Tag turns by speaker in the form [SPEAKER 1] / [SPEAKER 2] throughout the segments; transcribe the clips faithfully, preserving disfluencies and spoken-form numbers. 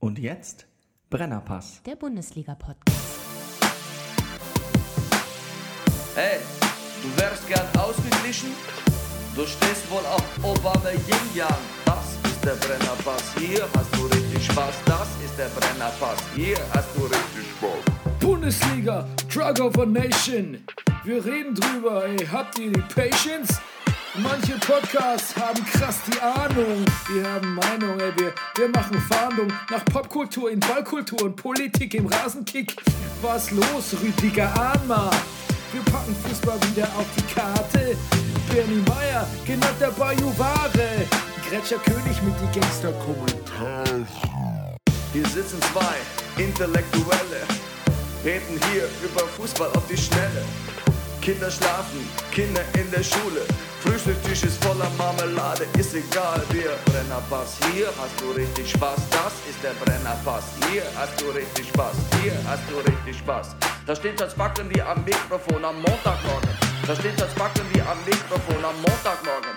[SPEAKER 1] Und jetzt Brennerpass,
[SPEAKER 2] der Bundesliga-Podcast.
[SPEAKER 3] Hey, du wärst gern ausgeglichen? Du stehst wohl auf Obama Yin Yang. Das ist der Brennerpass, hier hast du richtig Spaß. Das ist der Brennerpass, hier hast du richtig Spaß.
[SPEAKER 4] Bundesliga, Drug of a Nation. Wir reden drüber, ey, habt ihr die Patience? Manche Podcasts haben krass die Ahnung. Wir haben Meinung, ey, wir, wir machen Fahndung nach Popkultur in Ballkultur und Politik im Rasenkick. Was los, Rüdiger Ahnma? Wir packen Fußball wieder auf die Karte. Bernie Meyer, genannt der Bajuware. Gretscher König mit die Gangster-Kommentare.
[SPEAKER 3] Hier sitzen zwei Intellektuelle, reden hier über Fußball auf die Schnelle. Kinder schlafen, Kinder in der Schule. Frühstückstisch ist voller Marmelade, ist egal, wir Brennerpass. Hier hast du richtig Spaß, das ist der Brennerpass. Hier hast du richtig Spaß, hier hast du richtig Spaß. Da steht das Backen wie am Mikrofon am Montagmorgen. Da steht das Backen wie am Mikrofon am Montagmorgen.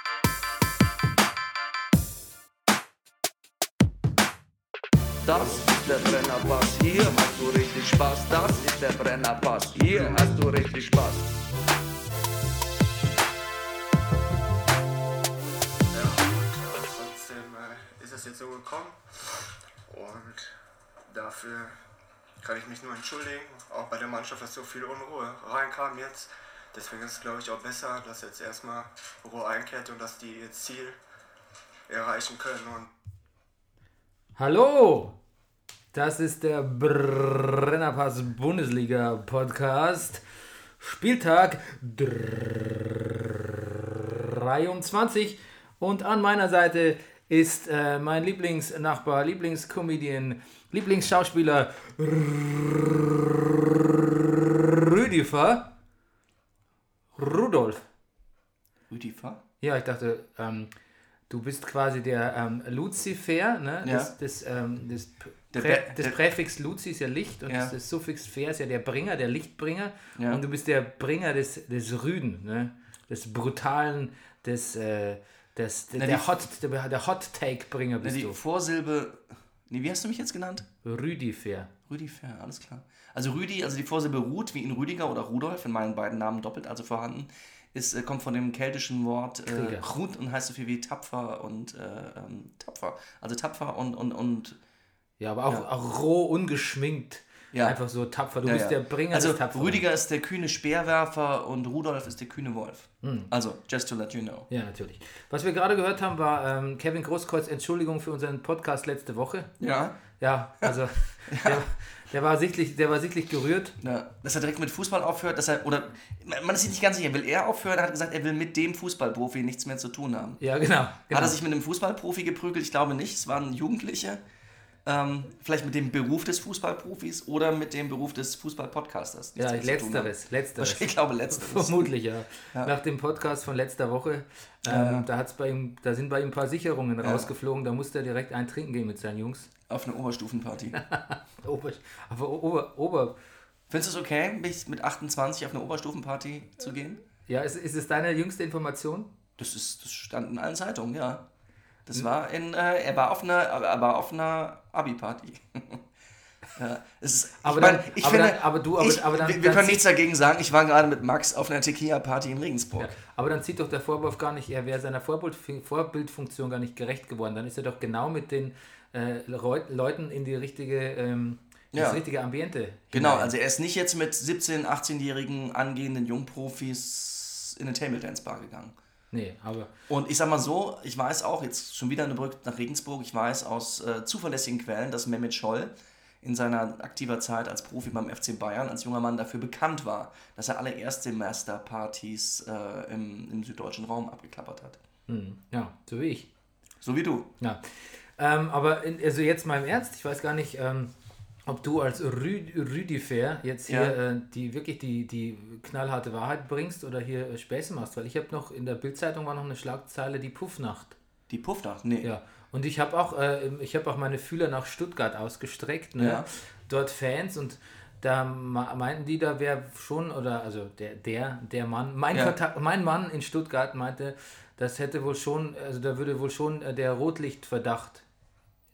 [SPEAKER 3] Das ist der Brennerpass, hier hast du richtig Spaß. Das ist der Brennerpass, hier hast du richtig Spaß.
[SPEAKER 5] Ist es jetzt so gekommen und dafür kann ich mich nur entschuldigen, auch bei der Mannschaft, dass so viel Unruhe reinkam jetzt. Deswegen ist es, glaube ich, auch besser, dass jetzt erstmal Ruhe einkehrt und dass die ihr Ziel erreichen können. Und
[SPEAKER 4] Hallo, das ist der Brennerpass Bundesliga Podcast, Spieltag dreiundzwanzig und an meiner Seite ist äh, mein Lieblingsnachbar, Lieblingscomedian, Lieblingsschauspieler Rüdifer, Rudolf.
[SPEAKER 1] Rüdifer?
[SPEAKER 4] Ja, ich dachte, ähm, du bist quasi der ähm, Luzifer, ne?
[SPEAKER 1] Ja.
[SPEAKER 4] Das, das, ähm, das,
[SPEAKER 1] Der
[SPEAKER 4] Prä,
[SPEAKER 1] Be-
[SPEAKER 4] das
[SPEAKER 1] der-
[SPEAKER 4] Präfix Luzi ist ja Licht und
[SPEAKER 1] Ja.
[SPEAKER 4] das, das Suffix Fer ist ja der Bringer, der Lichtbringer.
[SPEAKER 1] Ja.
[SPEAKER 4] Und du bist der Bringer des, des Rüden, ne? Des Brutalen, des, äh, des,
[SPEAKER 1] Na,
[SPEAKER 4] der,
[SPEAKER 1] die-
[SPEAKER 4] Hot, der, der Hot-Take-Bringer
[SPEAKER 1] Na,
[SPEAKER 4] bist
[SPEAKER 1] die
[SPEAKER 4] du.
[SPEAKER 1] Vorsilbe. Nee, wie hast du mich jetzt genannt?
[SPEAKER 4] Rüdifer.
[SPEAKER 1] Rüdifer, alles klar. Also Rüdi, also die Vorsilbe Ruth, wie in Rüdiger oder Rudolf, in meinen beiden Namen doppelt, also vorhanden, ist, äh, kommt von dem keltischen Wort äh,
[SPEAKER 4] Krieger.
[SPEAKER 1] Ruth und heißt so viel wie tapfer und äh, ähm, tapfer. Also tapfer und, und, und
[SPEAKER 4] Ja, aber auch,
[SPEAKER 1] Ja.
[SPEAKER 4] auch roh, ungeschminkt.
[SPEAKER 1] Ja.
[SPEAKER 4] Einfach so tapfer. Du
[SPEAKER 1] ja,
[SPEAKER 4] bist
[SPEAKER 1] ja.
[SPEAKER 4] der Bringer
[SPEAKER 1] also
[SPEAKER 4] des Tapferen.
[SPEAKER 1] Rüdiger ist der kühne Speerwerfer und Rudolf ist der kühne Wolf.
[SPEAKER 4] Hm.
[SPEAKER 1] Also, just to let you know.
[SPEAKER 4] Ja, natürlich. Was wir gerade gehört haben, war ähm, Kevin Großkreuz Entschuldigung für unseren Podcast letzte Woche.
[SPEAKER 1] Ja.
[SPEAKER 4] Ja, also Der, der, war sichtlich, der war sichtlich gerührt.
[SPEAKER 1] Ja, dass er direkt mit Fußball aufhört, dass er, oder man ist sich nicht ganz sicher, will er aufhören? Er hat gesagt, er will mit dem Fußballprofi nichts mehr zu tun haben.
[SPEAKER 4] Ja, genau. genau.
[SPEAKER 1] Hat er sich mit einem Fußballprofi geprügelt? Ich glaube nicht, es waren Jugendliche. Ähm, vielleicht mit dem Beruf des Fußballprofis oder mit dem Beruf des Fußballpodcasters.
[SPEAKER 4] Ja,
[SPEAKER 1] nichts mehr zu tun haben.
[SPEAKER 4] letzteres, letzteres.
[SPEAKER 1] Ich glaube letzteres.
[SPEAKER 4] Vermutlich, ja.
[SPEAKER 1] Ja.
[SPEAKER 4] Nach dem Podcast von letzter Woche, ähm,
[SPEAKER 1] Ja, ja.
[SPEAKER 4] Da, hat's bei ihm, da sind bei ihm ein paar Sicherungen
[SPEAKER 1] Ja.
[SPEAKER 4] rausgeflogen, da musste er direkt ein Trinken gehen mit seinen Jungs.
[SPEAKER 1] Auf eine Oberstufenparty.
[SPEAKER 4] Ober, aber Ober, Ober,
[SPEAKER 1] Findest du es okay, mich mit achtundzwanzig auf eine Oberstufenparty zu gehen?
[SPEAKER 4] ja, ist, ist es deine jüngste Information?
[SPEAKER 1] Das, ist, das stand in allen Zeitungen, ja. Das war in, äh, er war auf einer, er war auf einer Abi-Party. Ja, es ist,
[SPEAKER 4] Aber
[SPEAKER 1] ich mein,
[SPEAKER 4] dann-
[SPEAKER 1] ich
[SPEAKER 4] aber
[SPEAKER 1] finde,
[SPEAKER 4] dann- aber du- aber-
[SPEAKER 1] ich,
[SPEAKER 4] aber dann-
[SPEAKER 1] wir, wir
[SPEAKER 4] dann
[SPEAKER 1] können
[SPEAKER 4] zieh-
[SPEAKER 1] nichts dagegen sagen. Ich war gerade mit Max auf einer Tequila-Party in Regensburg.
[SPEAKER 4] Ja. Aber dann zieht doch der Vorwurf gar nicht, er wäre seiner Vorbild, Vorbildfunktion gar nicht gerecht geworden. Dann ist er doch genau mit den äh, Reu- Leuten in die richtige, ähm,
[SPEAKER 1] Ja.
[SPEAKER 4] das richtige Ambiente.
[SPEAKER 1] Genau,
[SPEAKER 4] hinein.
[SPEAKER 1] also er ist nicht jetzt mit siebzehn-, achtzehnjährigen angehenden Jungprofis in eine Table-Dance-Bar gegangen.
[SPEAKER 4] Nee, aber
[SPEAKER 1] Und ich sag mal so, ich weiß auch, jetzt schon wieder eine Brücke nach Regensburg, ich weiß aus äh, zuverlässigen Quellen, dass Mehmet Scholl in seiner aktiver Zeit als Profi beim F C Bayern als junger Mann dafür bekannt war, dass er alle Erstsemester-Partys äh, im, im süddeutschen Raum abgeklappert hat.
[SPEAKER 4] hm, ja, so wie ich.
[SPEAKER 1] So wie du.
[SPEAKER 4] Ja. Ähm, aber in, also jetzt mal im Ernst, ich weiß gar nicht, ähm, ob du als Rü Rüdifer jetzt hier
[SPEAKER 1] Ja.
[SPEAKER 4] äh, die wirklich die, die knallharte Wahrheit bringst oder hier äh, Späße machst, weil ich habe noch in der Bildzeitung war noch eine Schlagzeile, die Puffnacht.
[SPEAKER 1] Die Puffnacht? Nee.
[SPEAKER 4] Ja. Und ich habe auch, äh, ich habe auch meine Fühler nach Stuttgart ausgestreckt, ne?
[SPEAKER 1] Ja.
[SPEAKER 4] Dort Fans und da ma- meinten die, da wäre schon, oder also der, der, der Mann, mein,
[SPEAKER 1] Ja.
[SPEAKER 4] Kontakt, mein Mann in Stuttgart meinte, das hätte wohl schon, also da würde wohl schon äh, der Rotlichtverdacht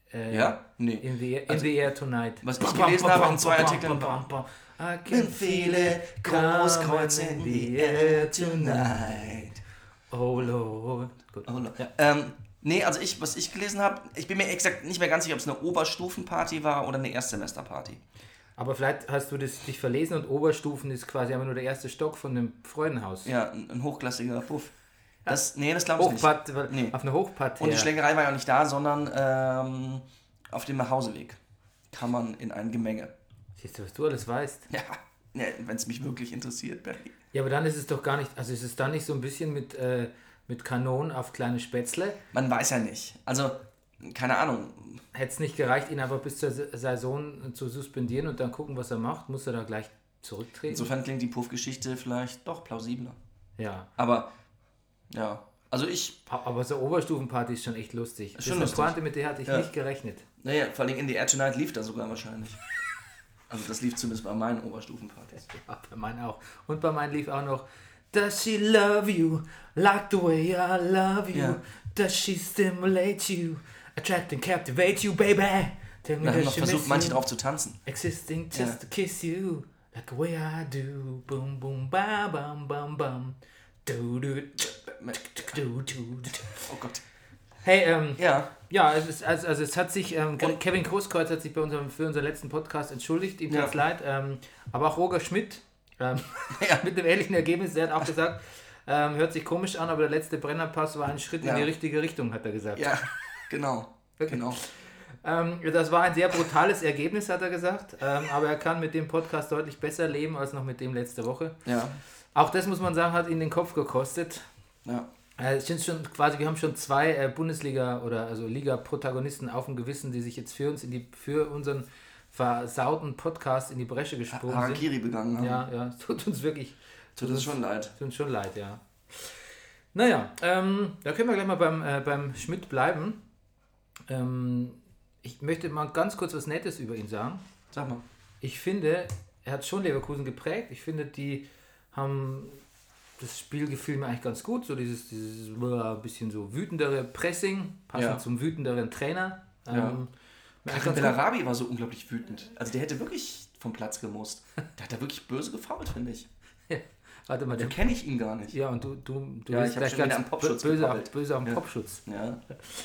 [SPEAKER 2] Äh,
[SPEAKER 1] Ja? Nee.
[SPEAKER 2] In the, in
[SPEAKER 1] Also,
[SPEAKER 2] the air tonight.
[SPEAKER 1] was ich gelesen habe in zwei Artikeln war,
[SPEAKER 2] I can feel it
[SPEAKER 1] Großkreuz in the air tonight.
[SPEAKER 2] Oh Lord. Gut.
[SPEAKER 1] Oh, no.
[SPEAKER 2] Ja.
[SPEAKER 1] ähm, nee, also ich, was ich gelesen habe, ich bin mir exakt nicht mehr ganz sicher, ob es eine Oberstufenparty war oder eine Erstsemesterparty.
[SPEAKER 2] Aber vielleicht hast du das dich verlesen und Oberstufen ist quasi einfach nur der erste Stock von dem Freudenhaus.
[SPEAKER 1] Ja, ein, ein hochklassiger Puff. Das, nee, das glaube ich
[SPEAKER 2] Hochpart,
[SPEAKER 1] nicht. Nee.
[SPEAKER 2] Auf einer Hochpartie.
[SPEAKER 1] Und die Schlägerei war ja auch nicht da, sondern ähm, auf dem Nachhauseweg kam man in ein Gemenge.
[SPEAKER 2] Siehst du, was du alles weißt.
[SPEAKER 1] Ja, ja wenn es mich wirklich interessiert, Bernie.
[SPEAKER 2] Ja, aber dann ist es doch gar nicht, also ist es dann nicht so ein bisschen mit, äh, mit Kanonen auf kleine Spätzle?
[SPEAKER 1] Man weiß ja nicht. Also, keine Ahnung.
[SPEAKER 2] Hätte es nicht gereicht, ihn einfach bis zur Saison zu suspendieren und dann gucken, was er macht? Muss er da gleich zurücktreten?
[SPEAKER 1] Insofern klingt die Puff-Geschichte vielleicht doch plausibler.
[SPEAKER 2] Ja.
[SPEAKER 1] Aber, ja, also ich...
[SPEAKER 2] Aber so Oberstufenparty ist schon echt lustig. Das ist eine
[SPEAKER 1] lustig.
[SPEAKER 2] Pointe, mit der hatte ich
[SPEAKER 1] Ja.
[SPEAKER 2] nicht gerechnet.
[SPEAKER 1] Naja, vor allem in the Air Tonight lief da sogar wahrscheinlich. Also das lief zumindest bei meinen Oberstufenpartys.
[SPEAKER 2] Ja, bei meinen auch. Und bei meinen lief auch noch Does she love you like the way I love you?
[SPEAKER 1] Ja.
[SPEAKER 2] Does she stimulate you? Attract and captivate you, baby? Tell me
[SPEAKER 1] Da haben
[SPEAKER 2] does
[SPEAKER 1] noch
[SPEAKER 2] she
[SPEAKER 1] versucht,
[SPEAKER 2] miss
[SPEAKER 1] manche
[SPEAKER 2] you?
[SPEAKER 1] drauf zu tanzen.
[SPEAKER 2] Existing just
[SPEAKER 1] Ja.
[SPEAKER 2] to kiss you like the way I do. Boom, boom, bam, bam, bam, bam. Du, du, du, du, du.
[SPEAKER 1] Oh Gott.
[SPEAKER 2] Hey, ähm,
[SPEAKER 1] Ja,
[SPEAKER 2] ja, es ist, also, also es hat sich, ähm, Kevin Großkreuz hat sich bei unserem, für unseren letzten Podcast entschuldigt, ihm
[SPEAKER 1] Ja.
[SPEAKER 2] tut's leid, ähm, aber auch Roger Schmidt, ähm,
[SPEAKER 1] Ja.
[SPEAKER 2] mit einem ähnlichen Ergebnis, der hat auch gesagt, ähm, hört sich komisch an, aber der letzte Brennerpass war ein Schritt
[SPEAKER 1] Ja.
[SPEAKER 2] in die richtige Richtung, hat er gesagt.
[SPEAKER 1] ja, genau. Genau.
[SPEAKER 2] Ähm, das war ein sehr brutales Ergebnis, hat er gesagt, ähm, aber er kann mit dem Podcast deutlich besser leben als noch mit dem letzte Woche.
[SPEAKER 1] Ja,
[SPEAKER 2] Auch das, muss man sagen, hat ihn den Kopf gekostet.
[SPEAKER 1] ja.
[SPEAKER 2] Äh, Es sind schon quasi, wir haben schon zwei äh, Bundesliga- oder also Liga-Protagonisten auf dem Gewissen, die sich jetzt für uns in die, für unseren versauten Podcast in die Bresche gesprungen sind.
[SPEAKER 1] Harakiri begangen haben.
[SPEAKER 2] Ja, ja, es tut uns wirklich,
[SPEAKER 1] Tut uns schon leid.
[SPEAKER 2] tut uns schon leid, ja. Naja, ähm, da können wir gleich mal beim, äh, beim Schmidt bleiben. Ähm, ich möchte mal ganz kurz was Nettes über ihn sagen.
[SPEAKER 1] Sag mal.
[SPEAKER 2] Ich finde, er hat schon Leverkusen geprägt. Ich finde, die haben das Spiel gefiel mir eigentlich ganz gut. So dieses, dieses äh, bisschen so wütendere Pressing, passend
[SPEAKER 1] Ja.
[SPEAKER 2] zum wütenderen Trainer.
[SPEAKER 1] Ja.
[SPEAKER 2] Ähm, mir eigentlich
[SPEAKER 1] Karim
[SPEAKER 2] ganz gut.
[SPEAKER 1] Bellarabi war so unglaublich wütend. Also der hätte wirklich vom Platz gemusst. Der hat da wirklich böse gefault, finde ich.
[SPEAKER 2] Warte mal,
[SPEAKER 1] So
[SPEAKER 2] der,
[SPEAKER 1] kenne ich ihn gar nicht.
[SPEAKER 2] ja, und du, du, du
[SPEAKER 1] Ja,
[SPEAKER 2] bist
[SPEAKER 1] ich hab
[SPEAKER 2] gleich
[SPEAKER 1] schon wieder
[SPEAKER 2] ganz
[SPEAKER 1] am Popschutz
[SPEAKER 2] böse, auf,
[SPEAKER 1] gekoppelt.
[SPEAKER 2] böse auf den
[SPEAKER 1] Ja.
[SPEAKER 2] Popschutz.
[SPEAKER 1] Ja.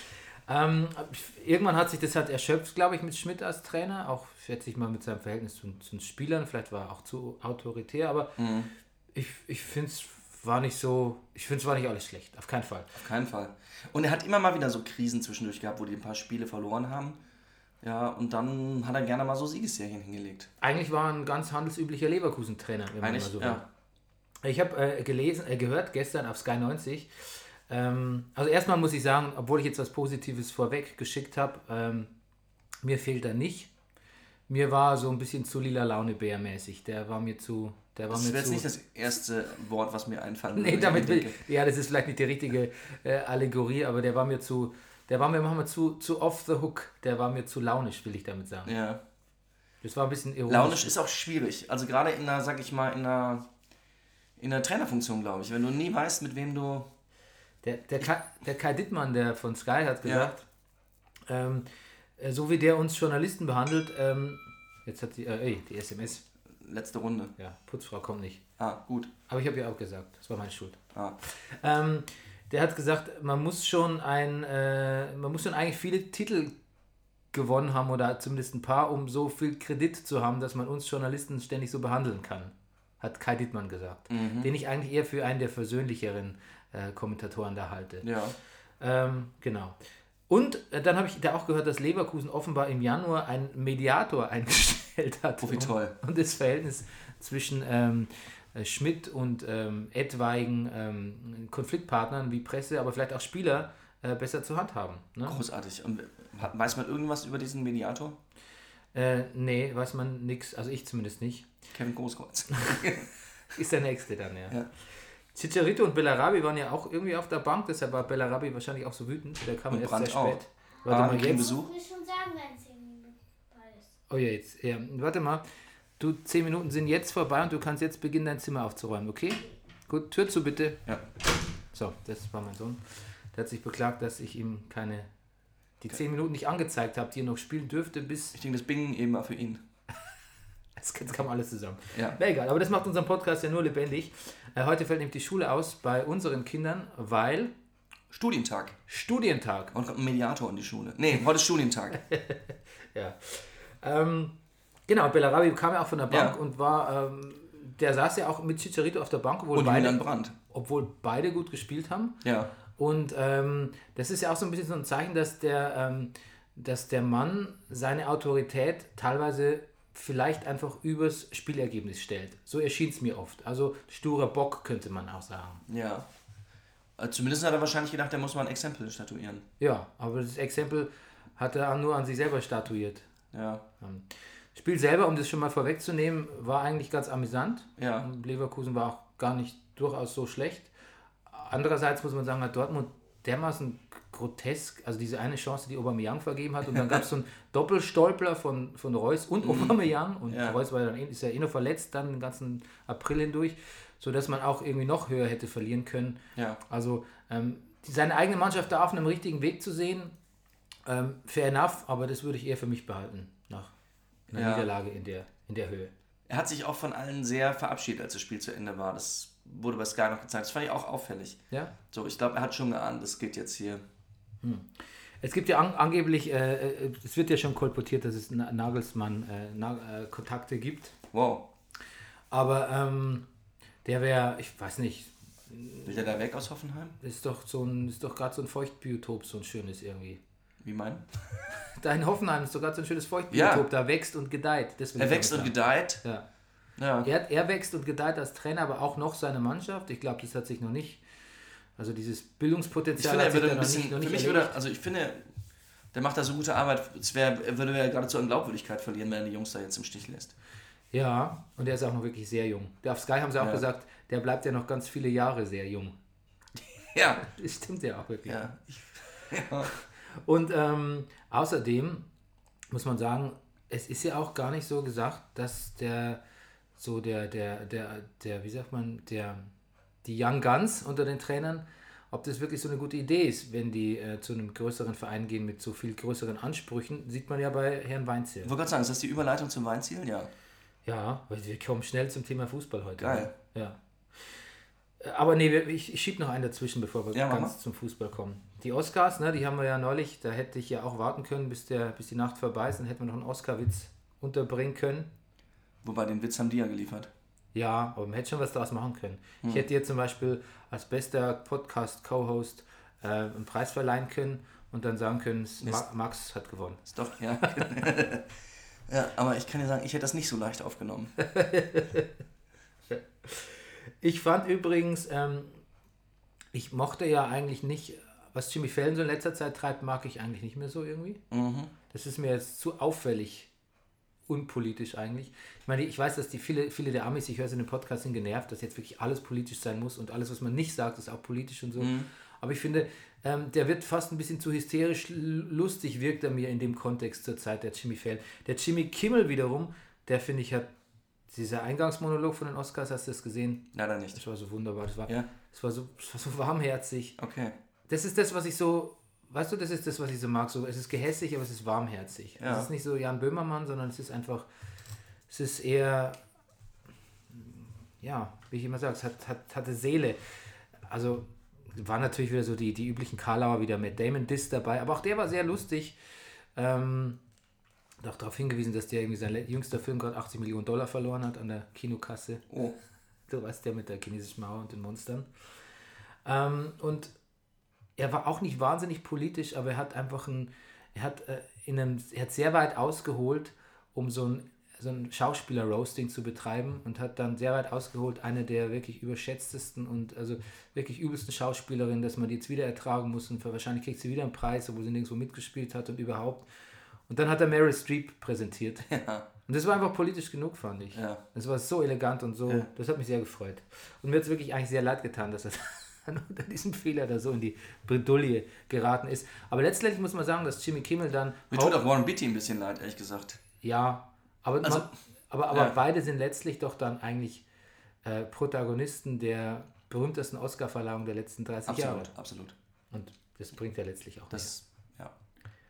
[SPEAKER 2] Ähm, irgendwann hat sich das halt erschöpft, glaube ich, mit Schmidt als Trainer. Auch, schätze ich mal, mit seinem Verhältnis zu, zu den Spielern. Vielleicht war er auch zu autoritär, aber
[SPEAKER 1] Mhm.
[SPEAKER 2] ich, ich finde es war nicht so, ich finde es war nicht alles schlecht. Auf keinen Fall.
[SPEAKER 1] Auf keinen Fall. Und er hat immer mal wieder so Krisen zwischendurch gehabt, wo die ein paar Spiele verloren haben. Ja, und dann hat er gerne mal so Siegesserien hingelegt.
[SPEAKER 2] Eigentlich war er ein ganz handelsüblicher Leverkusen-Trainer, wenn man mal
[SPEAKER 1] Eigentlich,
[SPEAKER 2] so will.
[SPEAKER 1] ja.
[SPEAKER 2] Ich habe äh, gelesen, äh, gehört gestern auf Sky neunzig, ähm, also erstmal muss ich sagen, obwohl ich jetzt was Positives vorweg geschickt habe, ähm, mir fehlt er nicht. Mir war so ein bisschen zu lila Laune-Bär-mäßig. Der war mir zu... Der war
[SPEAKER 1] Das
[SPEAKER 2] mir
[SPEAKER 1] wäre jetzt
[SPEAKER 2] zu
[SPEAKER 1] nicht das erste Wort, was mir einfallen
[SPEAKER 2] nee,
[SPEAKER 1] würde.
[SPEAKER 2] damit will,
[SPEAKER 1] denke.
[SPEAKER 2] ja, das ist vielleicht nicht die richtige äh, Allegorie, aber der war mir zu... Der war mir manchmal zu, zu off the hook. Der war mir zu launisch, will ich damit sagen.
[SPEAKER 1] Ja.
[SPEAKER 2] Das war ein bisschen ironisch.
[SPEAKER 1] Launisch ist auch schwierig. Also gerade in einer, sag ich mal, in einer, in einer Trainerfunktion, glaube ich. Wenn du nie weißt, mit wem du...
[SPEAKER 2] Der, der, Kai, der Kai Dittmann, der von Sky, hat gesagt, ähm, äh, so wie der uns Journalisten behandelt, ähm, jetzt hat die, äh, ey, die S M S,
[SPEAKER 1] Letzte Runde.
[SPEAKER 2] ja, Putzfrau kommt nicht.
[SPEAKER 1] Ah, gut.
[SPEAKER 2] Aber ich habe ja auch gesagt, das war meine Schuld.
[SPEAKER 1] Ah.
[SPEAKER 2] Ähm, der hat gesagt, man muss schon ein, äh, man muss schon eigentlich viele Titel gewonnen haben oder zumindest ein paar, um so viel Kredit zu haben, dass man uns Journalisten ständig so behandeln kann. Hat Kai Dittmann gesagt.
[SPEAKER 1] Mhm.
[SPEAKER 2] Den ich eigentlich eher für einen der versöhnlicheren äh, Kommentatoren da halte.
[SPEAKER 1] Ja.
[SPEAKER 2] Ähm, genau. Und äh, dann habe ich da auch gehört, dass Leverkusen offenbar im Januar einen Mediator eingestellt hat.
[SPEAKER 1] Oh, wie toll.
[SPEAKER 2] Um, um das Verhältnis zwischen ähm, äh, Schmidt und ähm, etwaigen ähm, Konfliktpartnern wie Presse, aber vielleicht auch Spieler äh, besser zur Hand haben. Ne?
[SPEAKER 1] Großartig. Und hat- weiß man irgendwas über diesen Mediator?
[SPEAKER 2] Äh, nee, weiß man nichts, also ich zumindest nicht.
[SPEAKER 1] Kevin Großkreuz.
[SPEAKER 2] Ist der Nächste dann, ja.
[SPEAKER 1] Ja.
[SPEAKER 2] Chicharito und Bellarabi waren ja auch irgendwie auf der Bank, deshalb war Bellarabi wahrscheinlich auch so wütend. Der kam
[SPEAKER 1] Und
[SPEAKER 2] erst
[SPEAKER 1] Brandt
[SPEAKER 2] sehr spät.
[SPEAKER 1] auch.
[SPEAKER 2] Warte
[SPEAKER 1] Ah,
[SPEAKER 2] mal,
[SPEAKER 1] die kriegen
[SPEAKER 2] jetzt.
[SPEAKER 1] Besuch.
[SPEAKER 6] Ich will schon sagen, wenn es irgendwie ist.
[SPEAKER 2] Oh ja, jetzt. Ja. Warte mal. Du, zehn Minuten sind jetzt vorbei und du kannst jetzt beginnen, dein Zimmer aufzuräumen, okay? Gut, Tür zu bitte.
[SPEAKER 1] Ja.
[SPEAKER 2] So, das war mein Sohn. Der hat sich beklagt, dass ich ihm keine die zehn Minuten nicht angezeigt habe, die er noch spielen dürfte, bis...
[SPEAKER 1] Ich denke, das Bingen eben war für ihn.
[SPEAKER 2] Jetzt kam alles zusammen.
[SPEAKER 1] Ja.
[SPEAKER 2] Na egal, aber das macht unseren Podcast ja nur lebendig. Äh, heute fällt nämlich die Schule aus bei unseren Kindern, weil...
[SPEAKER 1] Studientag.
[SPEAKER 2] Studientag.
[SPEAKER 1] Und kommt ein Mediator in die Schule. Nee, heute ist Studientag.
[SPEAKER 2] Ja. Ähm, genau, Bellarabi kam ja auch von der Bank
[SPEAKER 1] Ja.
[SPEAKER 2] und war... Ähm, der saß ja auch mit Chicharito auf der Bank, obwohl,
[SPEAKER 1] Und
[SPEAKER 2] beide,
[SPEAKER 1] Julian Brandt.
[SPEAKER 2] obwohl beide gut gespielt haben.
[SPEAKER 1] Ja.
[SPEAKER 2] Und ähm, das ist ja auch so ein bisschen so ein Zeichen, dass der, ähm, dass der Mann seine Autorität teilweise vielleicht einfach übers Spielergebnis stellt. So erschien es mir oft. Also sturer Bock könnte man auch sagen.
[SPEAKER 1] Ja. Also zumindest hat er wahrscheinlich gedacht, der muss mal ein Exempel statuieren.
[SPEAKER 2] Ja, aber das Exempel hat er nur an sich selber statuiert.
[SPEAKER 1] Ja.
[SPEAKER 2] Ähm, Spiel selber, um das schon mal vorwegzunehmen, war eigentlich ganz amüsant.
[SPEAKER 1] Ja.
[SPEAKER 2] Und Leverkusen war auch gar nicht durchaus so schlecht. Andererseits muss man sagen, hat Dortmund dermaßen grotesk, also diese eine Chance, die Aubameyang vergeben hat, und dann gab es so einen Doppelstolpler von, von Reus und Aubameyang, und
[SPEAKER 1] Ja.
[SPEAKER 2] Reus war ja dann, eh- ist ja eh noch verletzt, dann den ganzen April hindurch, sodass man auch irgendwie noch höher hätte verlieren können.
[SPEAKER 1] Ja.
[SPEAKER 2] Also ähm, die, seine eigene Mannschaft da auf einem richtigen Weg zu sehen, ähm, fair enough, aber das würde ich eher für mich behalten, nach einer
[SPEAKER 1] Ja.
[SPEAKER 2] Niederlage in der, in der Höhe.
[SPEAKER 1] Er hat sich auch von allen sehr verabschiedet, als das Spiel zu Ende war. Das wurde bei Sky noch gezeigt. Das fand ich auch auffällig.
[SPEAKER 2] Ja?
[SPEAKER 1] So, ich glaube, er hat schon geahnt, das geht jetzt hier.
[SPEAKER 2] Es gibt ja an, angeblich, äh, äh, es wird ja schon kolportiert, dass es Na- Nagelsmann äh, Na, äh, Kontakte gibt.
[SPEAKER 1] Wow.
[SPEAKER 2] Aber ähm, der wäre, ich weiß nicht,
[SPEAKER 1] Will der da weg aus Hoffenheim?
[SPEAKER 2] ist doch so ein, ist doch gerade so ein Feuchtbiotop, so ein schönes irgendwie.
[SPEAKER 1] Wie mein?
[SPEAKER 2] Da in Hoffenheim ist doch gerade so ein schönes Feuchtbiotop,
[SPEAKER 1] Ja.
[SPEAKER 2] da wächst und gedeiht. Das will
[SPEAKER 1] Er
[SPEAKER 2] ich
[SPEAKER 1] wächst und
[SPEAKER 2] damit
[SPEAKER 1] gedeiht.
[SPEAKER 2] sagen. Ja.
[SPEAKER 1] Ja.
[SPEAKER 2] Er, er wächst und gedeiht als Trainer, aber auch noch seine Mannschaft. Ich glaube, das hat sich noch nicht, also dieses
[SPEAKER 1] Ich
[SPEAKER 2] Bildungspotenzial
[SPEAKER 1] finde,
[SPEAKER 2] hat
[SPEAKER 1] er
[SPEAKER 2] sich
[SPEAKER 1] würde
[SPEAKER 2] da
[SPEAKER 1] ein
[SPEAKER 2] noch
[SPEAKER 1] bisschen,
[SPEAKER 2] nicht, noch
[SPEAKER 1] für
[SPEAKER 2] nicht
[SPEAKER 1] mich
[SPEAKER 2] erledigt.
[SPEAKER 1] würde, also ich finde, der macht da so gute Arbeit, es wär, er würde ja geradezu an Glaubwürdigkeit verlieren, wenn er die Jungs da jetzt im Stich lässt.
[SPEAKER 2] Ja, und er ist auch noch wirklich sehr jung. Der auf Sky haben sie auch
[SPEAKER 1] Ja.
[SPEAKER 2] gesagt, der bleibt ja noch ganz viele Jahre sehr jung.
[SPEAKER 1] Ja.
[SPEAKER 2] Das stimmt ja auch wirklich.
[SPEAKER 1] Ja. Ich, ja.
[SPEAKER 2] Und ähm, außerdem muss man sagen, es ist ja auch gar nicht so gesagt, dass der, so der, der, der, der, wie sagt man, der, die Young Guns unter den Trainern, ob das wirklich so eine gute Idee ist, wenn die äh, zu einem größeren Verein gehen mit so viel größeren Ansprüchen, sieht man ja bei Herrn Weinzierl.
[SPEAKER 1] Ich wollte gerade sagen, ist das die Überleitung zum Weinziel? Ja.
[SPEAKER 2] Ja, weil wir kommen schnell zum Thema Fußball heute.
[SPEAKER 1] Geil.
[SPEAKER 2] Ja. Aber nee, wir- ich, ich schiebe noch einen dazwischen, bevor wir
[SPEAKER 1] Ja, mach
[SPEAKER 2] ganz
[SPEAKER 1] mal.
[SPEAKER 2] zum Fußball kommen. Die Oscars, ne, die haben wir ja neulich, da hätte ich ja auch warten können, bis, der, bis die Nacht vorbei ist, dann hätten wir noch einen Oscar-Witz unterbringen können.
[SPEAKER 1] Wobei, den Witz haben die ja geliefert.
[SPEAKER 2] Ja, aber man hätte schon was daraus machen können.
[SPEAKER 1] Hm.
[SPEAKER 2] Ich hätte dir zum Beispiel als bester Podcast-Co-Host äh, einen Preis verleihen können und dann sagen können, es- Ma
[SPEAKER 1] Mist.
[SPEAKER 2] Max hat gewonnen.
[SPEAKER 1] Ist doch, ja. Ja, aber ich kann dir sagen, ich hätte das nicht so leicht aufgenommen.
[SPEAKER 2] Ich fand übrigens, ähm, ich mochte ja eigentlich nicht, was Jimmy Fallon so in letzter Zeit treibt, mag ich eigentlich nicht mehr so irgendwie.
[SPEAKER 1] Mhm.
[SPEAKER 2] Das ist mir jetzt zu auffällig unpolitisch eigentlich. Ich meine, ich weiß, dass die viele, viele der Amis, ich höre es in dem Podcast, sind genervt, dass jetzt wirklich alles politisch sein muss und alles, was man nicht sagt, ist auch politisch und so. Aber ich finde, ähm, der wird fast ein bisschen zu hysterisch l- lustig, wirkt er mir in dem Kontext zur Zeit, der Jimmy Fallon. Der Jimmy Kimmel wiederum, der finde ich hat, dieser Eingangsmonolog von den Oscars, hast du das gesehen?
[SPEAKER 1] Leider nicht.
[SPEAKER 2] Das war so wunderbar, das war,
[SPEAKER 1] Ja.
[SPEAKER 2] das war, so, das war so warmherzig.
[SPEAKER 1] Okay.
[SPEAKER 2] Das ist das, was ich so, weißt du, das ist das, was ich so mag. So, es ist gehässig, aber es ist warmherzig.
[SPEAKER 1] Ja.
[SPEAKER 2] Es ist nicht so Jan Böhmermann, sondern es ist einfach, es ist eher, ja, wie ich immer sage, es hat, hat, hatte Seele. Also war natürlich wieder so die, die üblichen Karlauer, wieder mit Damon Diss dabei, aber auch der war sehr lustig. Ähm, hat auch darauf hingewiesen, dass der irgendwie sein le- jüngster Film gerade achtzig Millionen Dollar verloren hat an der Kinokasse.
[SPEAKER 1] Oh.
[SPEAKER 2] Du weißt, der mit der chinesischen Mauer und den Monstern. Ähm, und er war auch nicht wahnsinnig politisch, aber er hat einfach ein, er hat, äh, in einem, er hat sehr weit ausgeholt, um so ein, so ein Schauspieler-Roasting zu betreiben und hat dann sehr weit ausgeholt, eine der wirklich überschätztesten und also wirklich übelsten Schauspielerinnen, dass man die jetzt wieder ertragen muss und für, wahrscheinlich kriegt sie wieder einen Preis, obwohl sie nirgendwo mitgespielt hat und überhaupt. Und dann hat er Meryl Streep präsentiert.
[SPEAKER 1] Ja.
[SPEAKER 2] Und das war einfach politisch genug, fand ich.
[SPEAKER 1] Ja.
[SPEAKER 2] Das war so elegant und so,
[SPEAKER 1] Ja.
[SPEAKER 2] das hat mich sehr gefreut. Und mir hat es wirklich eigentlich sehr leid getan, dass er dann unter diesem Fehler da so in die Bredouille geraten ist. Aber letztendlich muss man sagen, dass Jimmy Kimmel dann
[SPEAKER 1] Mir tut auch Warren Beatty ein bisschen leid, ehrlich gesagt.
[SPEAKER 2] ja, aber,
[SPEAKER 1] Also,
[SPEAKER 2] man, aber, aber
[SPEAKER 1] ja.
[SPEAKER 2] beide sind letztlich doch dann eigentlich äh, Protagonisten der berühmtesten Oscar-Verleihung der letzten dreißig Jahre.
[SPEAKER 1] Absolut, absolut.
[SPEAKER 2] Und das bringt ja letztlich auch
[SPEAKER 1] Das, ja.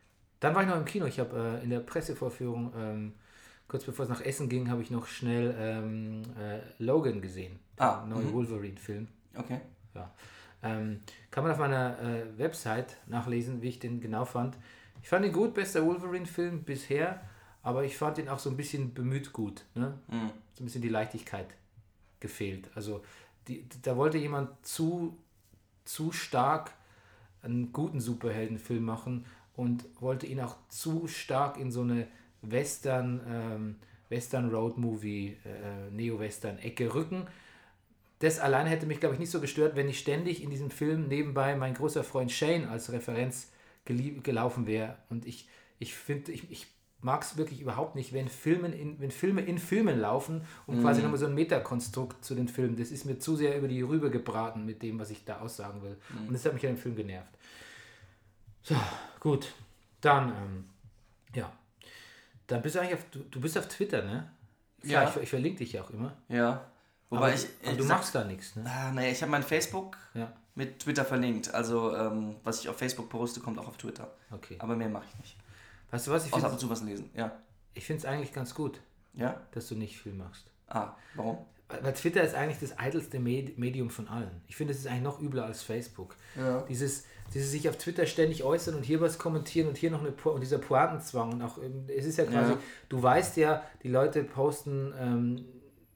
[SPEAKER 2] Dann war ich noch im Kino. Ich habe äh, in der Pressevorführung, ähm, kurz bevor es nach Essen ging, habe ich noch schnell ähm, äh, Logan gesehen.
[SPEAKER 1] Ah,
[SPEAKER 2] Den neuen
[SPEAKER 1] mhm.
[SPEAKER 2] Wolverine-Film.
[SPEAKER 1] Okay.
[SPEAKER 2] Ja. Ähm, kann man auf meiner äh, Website nachlesen, wie ich den genau fand. Ich fand ihn gut, bester Wolverine-Film bisher, aber ich fand ihn auch so ein bisschen bemüht gut. Ne?
[SPEAKER 1] Mhm.
[SPEAKER 2] So ein bisschen die Leichtigkeit gefehlt. Also die, da wollte jemand zu, zu stark einen guten Superheldenfilm machen und wollte ihn auch zu stark in so eine Western, ähm, Western Road Movie, äh, Neo-Western-Ecke rücken. Das allein hätte mich, glaube ich, nicht so gestört, wenn ich ständig in diesem Film nebenbei mein großer Freund Shane als Referenz gelie- gelaufen wäre. Und ich, ich finde, ich, ich mag es wirklich überhaupt nicht, wenn, Filmen in, wenn Filme in Filmen laufen und mm. quasi nochmal so ein Metakonstrukt zu den Filmen. Das ist mir zu sehr über die Rübe gebraten mit dem, was ich da aussagen will. Mm. Und das hat mich an dem Film genervt. So, gut. Dann, ähm, ja. Dann bist du eigentlich auf, du, du bist auf Twitter, ne? Klar,
[SPEAKER 1] Ja.
[SPEAKER 2] ich, ich verlinke dich ja auch immer.
[SPEAKER 1] Ja. Wobei
[SPEAKER 2] aber,
[SPEAKER 1] ich,
[SPEAKER 2] aber
[SPEAKER 1] ich
[SPEAKER 2] du
[SPEAKER 1] sag-
[SPEAKER 2] machst da nichts, ne?
[SPEAKER 1] Ah, naja, ich habe mein Facebook
[SPEAKER 2] Ja,
[SPEAKER 1] mit Twitter verlinkt. Also, ähm, was ich auf Facebook poste, kommt auch auf Twitter.
[SPEAKER 2] okay.
[SPEAKER 1] Aber mehr mache ich nicht.
[SPEAKER 2] Weißt du was, ich
[SPEAKER 1] Außer ab
[SPEAKER 2] finde
[SPEAKER 1] und zu was lesen. Ja.
[SPEAKER 2] ich finde es eigentlich ganz gut,
[SPEAKER 1] Ja?
[SPEAKER 2] dass du nicht viel machst.
[SPEAKER 1] Ah, warum?
[SPEAKER 2] Weil Twitter ist eigentlich das eitelste Med- Medium von allen. Ich finde, es ist eigentlich noch übler als Facebook.
[SPEAKER 1] Ja.
[SPEAKER 2] Dieses, dieses sich auf Twitter ständig äußern und hier was kommentieren und hier noch eine po- und dieser Pointenzwang und auch, ähm, es ist ja quasi,
[SPEAKER 1] Ja.
[SPEAKER 2] du weißt ja, die Leute posten, ähm,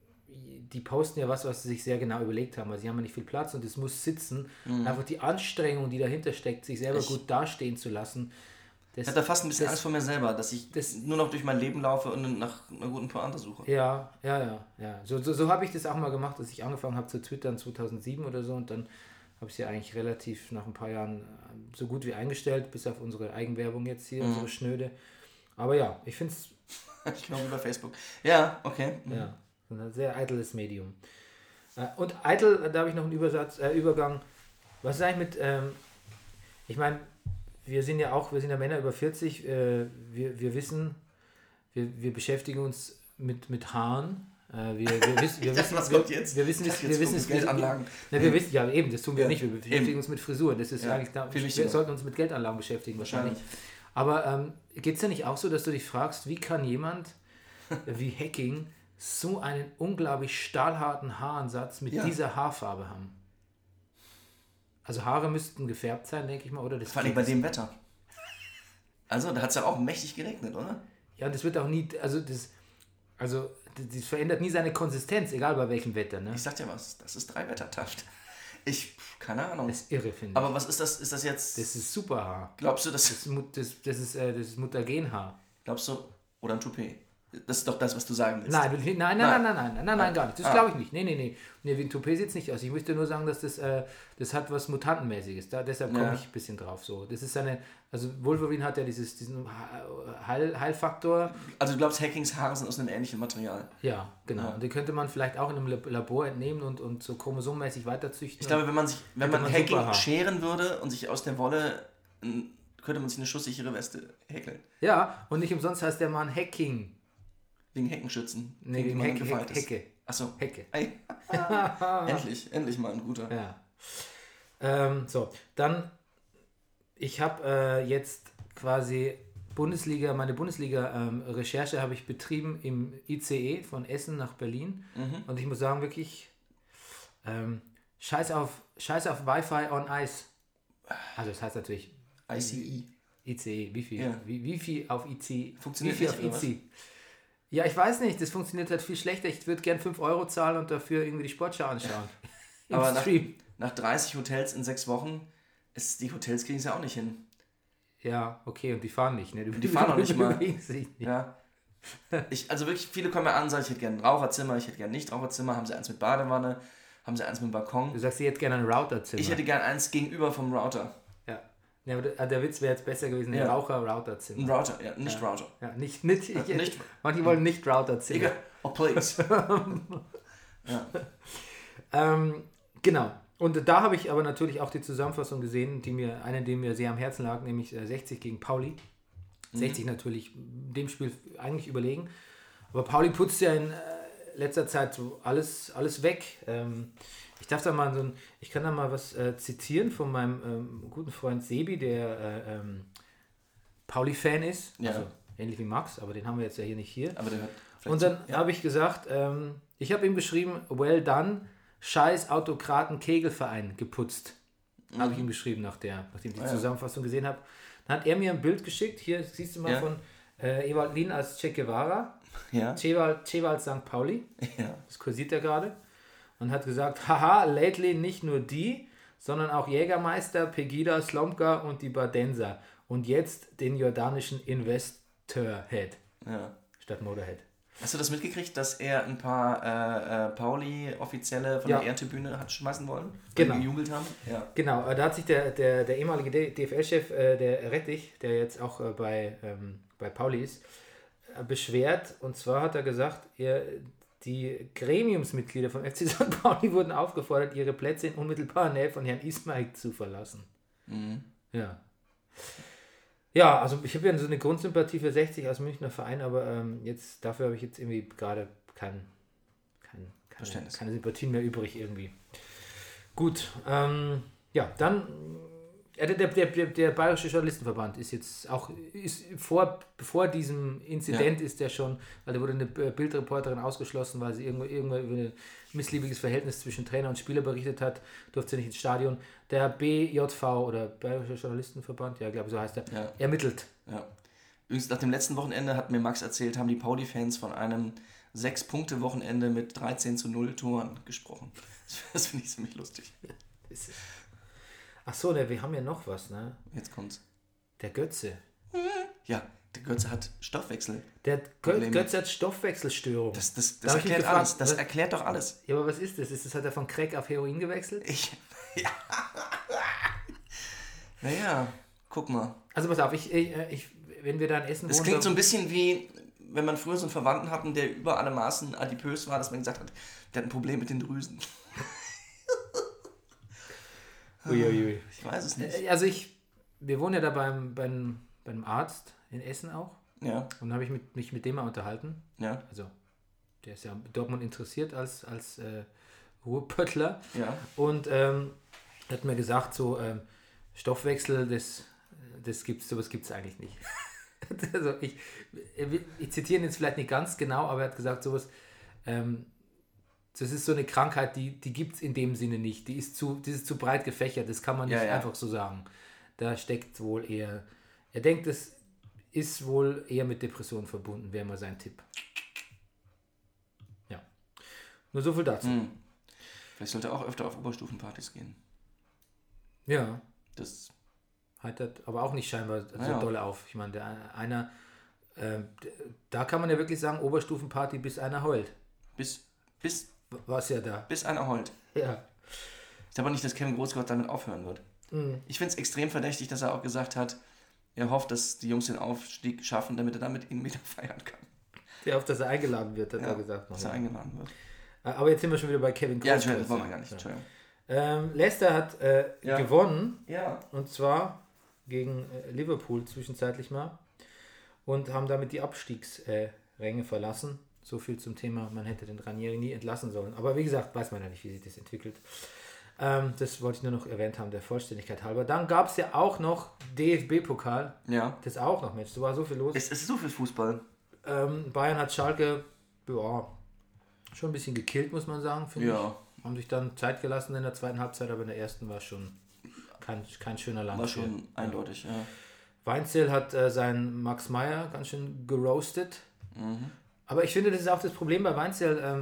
[SPEAKER 2] die posten ja was, was sie sich sehr genau überlegt haben, weil sie haben ja nicht viel Platz und es muss sitzen. Und einfach die Anstrengung, die dahinter steckt, sich selber
[SPEAKER 1] Ich-
[SPEAKER 2] gut dastehen zu lassen. Das,
[SPEAKER 1] Ich hatte fast ein bisschen
[SPEAKER 2] das-
[SPEAKER 1] Angst vor mir selber, dass ich
[SPEAKER 2] das-
[SPEAKER 1] nur noch durch mein Leben laufe und nach einer guten Pointe suche.
[SPEAKER 2] Ja, ja, ja, ja. So, so, so habe ich das auch mal gemacht, dass ich angefangen habe zu twittern zweitausendsieben oder so und dann habe ich sie eigentlich relativ nach ein paar Jahren äh, so gut wie eingestellt, bis auf unsere Eigenwerbung jetzt hier, unsere Schnöde. Aber ja, ich finde es
[SPEAKER 1] Ich glaube über Facebook. Ja, okay.
[SPEAKER 2] ja, so ein sehr eitles Medium. Äh, und eitel, äh, da habe ich noch einen Übersatz, äh, Übergang. Was ist eigentlich mit, ähm, ich meine, wir sind ja auch, wir sind ja Männer über vierzig, äh, wir, wir wissen, wir, wir beschäftigen uns mit, mit Haaren. Äh, wir, wir, wissen, wir,
[SPEAKER 1] Ich dachte,
[SPEAKER 2] wissen,
[SPEAKER 1] was
[SPEAKER 2] wir,
[SPEAKER 1] kommt jetzt?
[SPEAKER 2] wir wissen,
[SPEAKER 1] Ich
[SPEAKER 2] es,
[SPEAKER 1] dachte,
[SPEAKER 2] wir
[SPEAKER 1] jetzt
[SPEAKER 2] wissen,
[SPEAKER 1] kommt
[SPEAKER 2] es,
[SPEAKER 1] Geldanlagen.
[SPEAKER 2] Na, wir wissen, ja eben, das tun wir
[SPEAKER 1] Ja,
[SPEAKER 2] nicht, wir beschäftigen
[SPEAKER 1] eben.
[SPEAKER 2] uns mit Frisuren. Das ist
[SPEAKER 1] Ja,
[SPEAKER 2] eigentlich, da,
[SPEAKER 1] viel
[SPEAKER 2] wir
[SPEAKER 1] wichtiger.
[SPEAKER 2] sollten uns mit Geldanlagen beschäftigen wahrscheinlich. Aber ähm, geht es ja nicht auch so, dass du dich fragst, wie kann jemand wie Hacking so einen unglaublich stahlharten Haaransatz mit
[SPEAKER 1] Ja.
[SPEAKER 2] dieser Haarfarbe haben? Also Haare müssten gefärbt sein, denke ich mal, oder? Das
[SPEAKER 1] Vor allem bei dem Wetter. Also, da hat es ja auch mächtig geregnet, oder?
[SPEAKER 2] Ja, und das wird auch nie, also das, also das, das verändert nie seine Konsistenz, egal bei welchem Wetter, ne?
[SPEAKER 1] Ich sag dir was, das ist Dreiwettertaft. Ich, keine Ahnung.
[SPEAKER 2] Das ist irre, finde ich.
[SPEAKER 1] Aber was ist das? Ist das jetzt.
[SPEAKER 2] Das ist super Haar.
[SPEAKER 1] glaubst du,
[SPEAKER 2] Das
[SPEAKER 1] das.
[SPEAKER 2] ist, Mut- das, das ist, äh, das ist Mutagenhaar.
[SPEAKER 1] Glaubst du. Oder ein Toupet? Das ist doch das, was du sagen willst.
[SPEAKER 2] Nein, nein, nein, nein, nein, nein, nein, nein, nein, gar nicht. Das
[SPEAKER 1] Ah.
[SPEAKER 2] glaube ich nicht. Nee, nee, nee. Nee, wie ein Toupet sieht es nicht aus. Ich möchte nur sagen, dass das, äh, das hat was Mutantenmäßiges. Da, deshalb komme
[SPEAKER 1] Ja.
[SPEAKER 2] ich ein bisschen drauf. So. Das ist eine, also Wolverine hat ja dieses, diesen Heil, Heilfaktor.
[SPEAKER 1] Also, du glaubst, Hackings Haare sind aus einem ähnlichen Material?
[SPEAKER 2] Ja, genau.
[SPEAKER 1] Ja.
[SPEAKER 2] Und die könnte man vielleicht auch in einem Lab- Labor entnehmen und, und so chromosomenmäßig weiterzüchten.
[SPEAKER 1] Ich glaube, wenn man sich, wenn
[SPEAKER 2] Hätte
[SPEAKER 1] man
[SPEAKER 2] man
[SPEAKER 1] Hacking
[SPEAKER 2] super Haar.
[SPEAKER 1] scheren würde und sich aus der Wolle, n- könnte man sich eine schusssichere Weste häkeln.
[SPEAKER 2] Ja, und nicht umsonst heißt der Mann Hacking.
[SPEAKER 1] Wegen Heckenschützen.
[SPEAKER 2] Nee, wegen
[SPEAKER 1] man
[SPEAKER 2] Hecke,
[SPEAKER 1] gefeit
[SPEAKER 2] Hecke,
[SPEAKER 1] ist.
[SPEAKER 2] Hecke.
[SPEAKER 1] Achso.
[SPEAKER 2] Hecke.
[SPEAKER 1] Ey. endlich, endlich mal ein guter.
[SPEAKER 2] Ja. Ähm, so, dann, ich habe äh, jetzt quasi Bundesliga, meine Bundesliga-Recherche habe ich betrieben im I C E von Essen nach Berlin.
[SPEAKER 1] Mhm.
[SPEAKER 2] Und ich muss sagen, wirklich, ähm, scheiß auf, scheiß auf Wi-Fi on Ice. Also das heißt natürlich
[SPEAKER 1] I C E.
[SPEAKER 2] I C E, Wifi.
[SPEAKER 1] Ja.
[SPEAKER 2] Wie, Wifi auf I C E.
[SPEAKER 1] Funktioniert
[SPEAKER 2] Wifi
[SPEAKER 1] nicht,
[SPEAKER 2] auf
[SPEAKER 1] oder was?
[SPEAKER 2] I C E. Ja, ich weiß nicht, das funktioniert halt viel schlechter. Ich würde gern fünf Euro zahlen und dafür irgendwie die Sportschau anschauen. Im
[SPEAKER 1] Aber nach,
[SPEAKER 2] Stream.
[SPEAKER 1] nach dreißig Hotels in sechs Wochen, ist, die Hotels kriegen es ja auch nicht hin.
[SPEAKER 2] Ja, okay, und die fahren nicht, ne?
[SPEAKER 1] Die fahren auch nicht mal.
[SPEAKER 2] bewegen sich nicht.
[SPEAKER 1] Ja. Ich, also wirklich, viele kommen ja an und sagen, ich hätte gerne ein Raucherzimmer, ich hätte gerne ein Nicht-Raucherzimmer, haben sie eins mit Badewanne, haben sie eins mit Balkon.
[SPEAKER 2] Du sagst, sie hätte gerne ein Routerzimmer.
[SPEAKER 1] Ich hätte gerne eins gegenüber vom Router.
[SPEAKER 2] ja. Ja, aber der, der Witz wäre jetzt besser gewesen, ein
[SPEAKER 1] Ja.
[SPEAKER 2] Raucher-Routerzimmer.
[SPEAKER 1] Ein Router, ja, nicht Router.
[SPEAKER 2] Ja, nicht, nicht, ich,
[SPEAKER 1] Nicht-
[SPEAKER 2] manche wollen nicht Routerzimmer.
[SPEAKER 1] Egal. Oh, please. ja.
[SPEAKER 2] Ähm, genau. Und da habe ich aber natürlich auch die Zusammenfassung gesehen, die mir, eine, die mir sehr am Herzen lag, nämlich äh, sechzig gegen Pauli. sechzig natürlich dem Spiel eigentlich überlegen. Aber Pauli putzt ja in äh, letzter Zeit so alles, alles weg. Ähm, ich darf da mal so ein, ich kann da mal was äh, zitieren von meinem ähm, guten Freund Sebi, der äh, ähm, Pauli-Fan ist,
[SPEAKER 1] Ja.
[SPEAKER 2] also ähnlich wie Max, aber den haben wir jetzt ja hier nicht hier.
[SPEAKER 1] Aber der hört vielleicht
[SPEAKER 2] Und dann
[SPEAKER 1] zu. Ja.
[SPEAKER 2] habe ich gesagt, ähm, ich habe ihm geschrieben, well done, scheiß Autokraten-Kegelverein geputzt. Mhm. Habe ich ihm geschrieben, nach der, nachdem ich die
[SPEAKER 1] Ah, ja.
[SPEAKER 2] Zusammenfassung gesehen habe. Dann hat er mir ein Bild geschickt, hier siehst du mal
[SPEAKER 1] Ja.
[SPEAKER 2] von äh, Ewald Lien als Che Guevara,
[SPEAKER 1] Ja.
[SPEAKER 2] Chewald, Chewald Sankt Pauli,
[SPEAKER 1] Ja.
[SPEAKER 2] das kursiert er gerade, und hat gesagt, haha, lately nicht nur die, sondern auch Jägermeister, Pegida, Slomka und die Badenser. Und jetzt den jordanischen Investor-Head
[SPEAKER 1] Ja.
[SPEAKER 2] statt Motorhead.
[SPEAKER 1] Hast du das mitgekriegt, dass er ein paar äh, äh, Pauli-Offizielle von
[SPEAKER 2] Ja.
[SPEAKER 1] der Ehrentribüne hat schmeißen wollen?
[SPEAKER 2] Genau.
[SPEAKER 1] Die gejubelt haben? Ja.
[SPEAKER 2] Genau, äh, da hat sich der, der, der ehemalige D- DFL-Chef, äh, der Rettich, der jetzt auch äh, bei, ähm, bei Pauli ist, äh, beschwert. Und zwar hat er gesagt, er, die Gremiumsmitglieder vom F C Sankt Pauli wurden aufgefordert, ihre Plätze in unmittelbarer Nähe von Herrn Ismail zu verlassen.
[SPEAKER 1] Mhm.
[SPEAKER 2] Ja. Ja, also ich habe ja so eine Grundsympathie für sechzig als Münchner Verein, aber ähm, jetzt dafür habe ich jetzt irgendwie gerade kein, kein, keine,
[SPEAKER 1] Verständnis.
[SPEAKER 2] keine Sympathien mehr übrig irgendwie. Gut, ähm, ja, dann äh, der, der, der, der Bayerische Journalistenverband ist jetzt auch, ist vor, bevor diesem Inzident
[SPEAKER 1] Ja.
[SPEAKER 2] ist der schon, weil da wurde eine B- Bildreporterin ausgeschlossen, weil sie irgendwo, irgendwo über ein missliebiges Verhältnis zwischen Trainer und Spieler berichtet hat, durfte sie nicht ins Stadion. Der B J V oder Bayerischer Journalistenverband, ja, glaube ich, so heißt er,
[SPEAKER 1] Ja.
[SPEAKER 2] ermittelt.
[SPEAKER 1] Ja. Übrigens, nach dem letzten Wochenende hat mir Max erzählt, haben die Pauli-Fans von einem sechs-Punkte-Wochenende mit dreizehn zu null Toren gesprochen. Das finde ich ziemlich lustig.
[SPEAKER 2] Ach so, ne, wir haben ja noch was, ne?
[SPEAKER 1] Jetzt kommt's.
[SPEAKER 2] Der Götze.
[SPEAKER 1] Ja, der Götze hat Stoffwechsel.
[SPEAKER 2] Der Gö
[SPEAKER 1] Probleme.
[SPEAKER 2] Götze hat Stoffwechselstörung.
[SPEAKER 1] Das, das,
[SPEAKER 2] Da
[SPEAKER 1] das
[SPEAKER 2] hab ich mich
[SPEAKER 1] erklärt
[SPEAKER 2] gefragt,
[SPEAKER 1] alles. Das
[SPEAKER 2] was-
[SPEAKER 1] erklärt doch alles.
[SPEAKER 2] Ja, aber was ist das? Ist das, hat er von Crack auf Heroin gewechselt?
[SPEAKER 1] Ich. Ja. Naja, guck mal.
[SPEAKER 2] Also pass auf, ich, ich, ich wenn wir da in Essen
[SPEAKER 1] Das
[SPEAKER 2] wohnen...
[SPEAKER 1] klingt so
[SPEAKER 2] dann-
[SPEAKER 1] ein bisschen wie, wenn man früher so einen Verwandten hatten, der über alle Maßen adipös war, dass man gesagt hat, der hat ein Problem mit den Drüsen.
[SPEAKER 2] Uiuiui.
[SPEAKER 1] Ich weiß es nicht.
[SPEAKER 2] Äh, Also ich, wir wohnen ja da beim, beim, beim Arzt in Essen auch.
[SPEAKER 1] Ja,
[SPEAKER 2] Und da habe ich mit, mich mit dem mal unterhalten.
[SPEAKER 1] ja,
[SPEAKER 2] Also der ist ja in Dortmund interessiert als, als äh, Ruhrpöttler.
[SPEAKER 1] ja.
[SPEAKER 2] Und ähm, hat mir gesagt, so ähm, Stoffwechsel, das, das gibt's, sowas gibt es eigentlich nicht. Also ich, ich zitiere ihn jetzt vielleicht nicht ganz genau, aber er hat gesagt, sowas, ähm, das ist so eine Krankheit, die, die gibt es in dem Sinne nicht. Die ist zu, die ist zu breit gefächert, das kann man nicht
[SPEAKER 1] Ja, ja.
[SPEAKER 2] einfach so sagen. Da steckt wohl eher, er denkt, das ist wohl eher mit Depressionen verbunden, wäre mal sein Tipp. Ja. Nur so viel dazu.
[SPEAKER 1] Hm. Vielleicht sollte er auch öfter auf Oberstufenpartys gehen.
[SPEAKER 2] Ja.
[SPEAKER 1] Das,
[SPEAKER 2] Heitert aber auch nicht scheinbar so
[SPEAKER 1] Ja.
[SPEAKER 2] doll auf. Ich meine, der einer, äh, da kann man ja wirklich sagen, Oberstufenparty, bis einer heult.
[SPEAKER 1] bis, bis,
[SPEAKER 2] War es ja da.
[SPEAKER 1] bis einer heult.
[SPEAKER 2] Ja.
[SPEAKER 1] Ich glaube auch nicht, dass Kevin Großgott damit aufhören wird.
[SPEAKER 2] Mhm.
[SPEAKER 1] Ich finde es extrem verdächtig, dass er auch gesagt hat, er hofft, dass die Jungs den Aufstieg schaffen, damit er damit ihnen wieder feiern kann.
[SPEAKER 2] Der hofft, dass er eingeladen wird, hat
[SPEAKER 1] Ja,
[SPEAKER 2] er gesagt.
[SPEAKER 1] dass er eingeladen wird.
[SPEAKER 2] Aber jetzt sind wir schon wieder bei Kevin
[SPEAKER 1] Ja,
[SPEAKER 2] Großkreuz.
[SPEAKER 1] Entschuldigung, das wollen wir gar nicht.
[SPEAKER 2] Ja.
[SPEAKER 1] Entschuldigung.
[SPEAKER 2] Ähm, Leicester hat äh,
[SPEAKER 1] Ja.
[SPEAKER 2] gewonnen,
[SPEAKER 1] Ja.
[SPEAKER 2] und zwar gegen äh, Liverpool zwischenzeitlich mal, und haben damit die Abstiegsränge äh, verlassen. So viel zum Thema, man hätte den Ranieri nie entlassen sollen. Aber wie gesagt, weiß man ja nicht, wie sich das entwickelt. Ähm, das wollte ich nur noch erwähnt haben, der Vollständigkeit halber. Dann gab es ja auch noch D F B-Pokal.
[SPEAKER 1] Ja.
[SPEAKER 2] Das auch noch, Mensch, da war so viel los.
[SPEAKER 1] Es ist so viel Fußball.
[SPEAKER 2] Ähm, Bayern hat Schalke ja, schon ein bisschen gekillt, muss man sagen, finde
[SPEAKER 1] Ja.
[SPEAKER 2] ich. Haben sich dann Zeit gelassen in der zweiten Halbzeit, aber in der ersten war schon kein, kein schöner Land.
[SPEAKER 1] War schon eindeutig, ja.
[SPEAKER 2] Weinzel hat äh, seinen Max Meyer ganz schön geroastet. Aber ich finde, das ist auch das Problem bei Weinzel, ähm,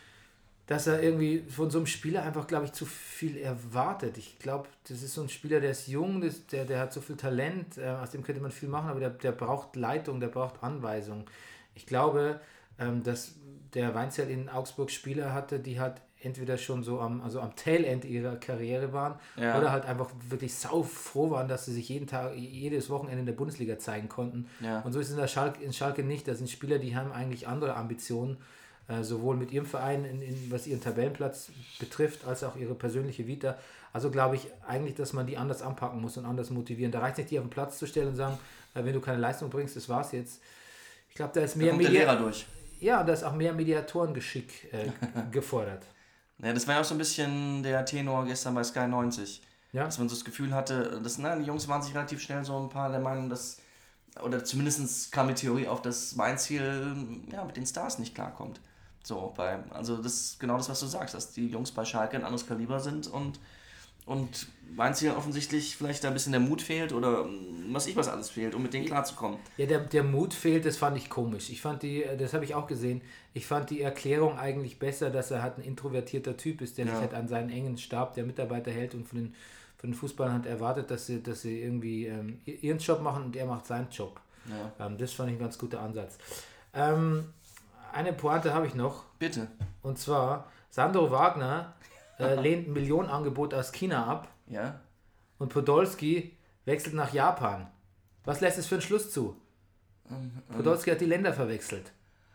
[SPEAKER 2] dass er irgendwie von so einem Spieler einfach, glaube ich, zu viel erwartet. Ich glaube, das ist so ein Spieler, der ist jung, das, der, der hat so viel Talent, äh, aus dem könnte man viel machen, aber der, der braucht Leitung, der braucht Anweisung. Ich glaube, ähm, dass der Weinzel in Augsburg Spieler hatte, die halt entweder schon so am, also am Tailend ihrer Karriere waren,
[SPEAKER 1] Ja.
[SPEAKER 2] oder halt einfach wirklich sau froh waren, dass sie sich jeden Tag, jedes Wochenende in der Bundesliga zeigen konnten.
[SPEAKER 1] Ja.
[SPEAKER 2] Und so ist es in, der Schalke, in Schalke nicht. Das sind Spieler, die haben eigentlich andere Ambitionen, äh, sowohl mit ihrem Verein, in, in, was ihren Tabellenplatz betrifft, als auch ihre persönliche Vita. Also glaube ich eigentlich, dass man die anders anpacken muss und anders motivieren. Da reicht nicht, die auf den Platz zu stellen und sagen, äh, wenn du keine Leistung bringst, das war's jetzt. Ich glaube, da ist
[SPEAKER 1] Da
[SPEAKER 2] mehr
[SPEAKER 1] kommt der
[SPEAKER 2] Media-
[SPEAKER 1] Lehrer durch.
[SPEAKER 2] ja, da ist auch mehr Mediatorengeschick äh, gefordert.
[SPEAKER 1] Ja, das war ja auch so ein bisschen der Tenor gestern bei Sky neunzig.
[SPEAKER 2] Ja.
[SPEAKER 1] Dass man so das Gefühl hatte, dass, na, die Jungs waren sich relativ schnell so ein paar der Meinung, dass oder zumindest kam die Theorie auf, dass Weinziel ja, mit den Stars nicht klarkommt. So, bei, also das ist genau das, was du sagst, dass die Jungs bei Schalke ein anderes Kaliber sind und, und Weinziel offensichtlich vielleicht da ein bisschen der Mut fehlt oder was ich was alles fehlt, um mit denen klarzukommen.
[SPEAKER 2] Ja, der, der Mut fehlt, das fand ich komisch. Ich fand die, das habe ich auch gesehen, ich fand die Erklärung eigentlich besser, dass er halt ein introvertierter Typ ist, der ja. sich halt an seinen engen Stab der Mitarbeiter hält und von den, von den Fußballern hat erwartet, dass sie, dass sie irgendwie ähm, ihren Job machen und er macht seinen Job. Ja. Ähm, das fand ich ein ganz guter Ansatz. Ähm, eine Pointe habe ich noch.
[SPEAKER 1] Bitte.
[SPEAKER 2] Und zwar, Sandro Wagner äh, lehnt ein Millionenangebot aus China ab.
[SPEAKER 1] Ja.
[SPEAKER 2] Und Podolski wechselt nach Japan. Was lässt es für einen Schluss zu?
[SPEAKER 1] Um, um.
[SPEAKER 2] Podolski hat die Länder verwechselt.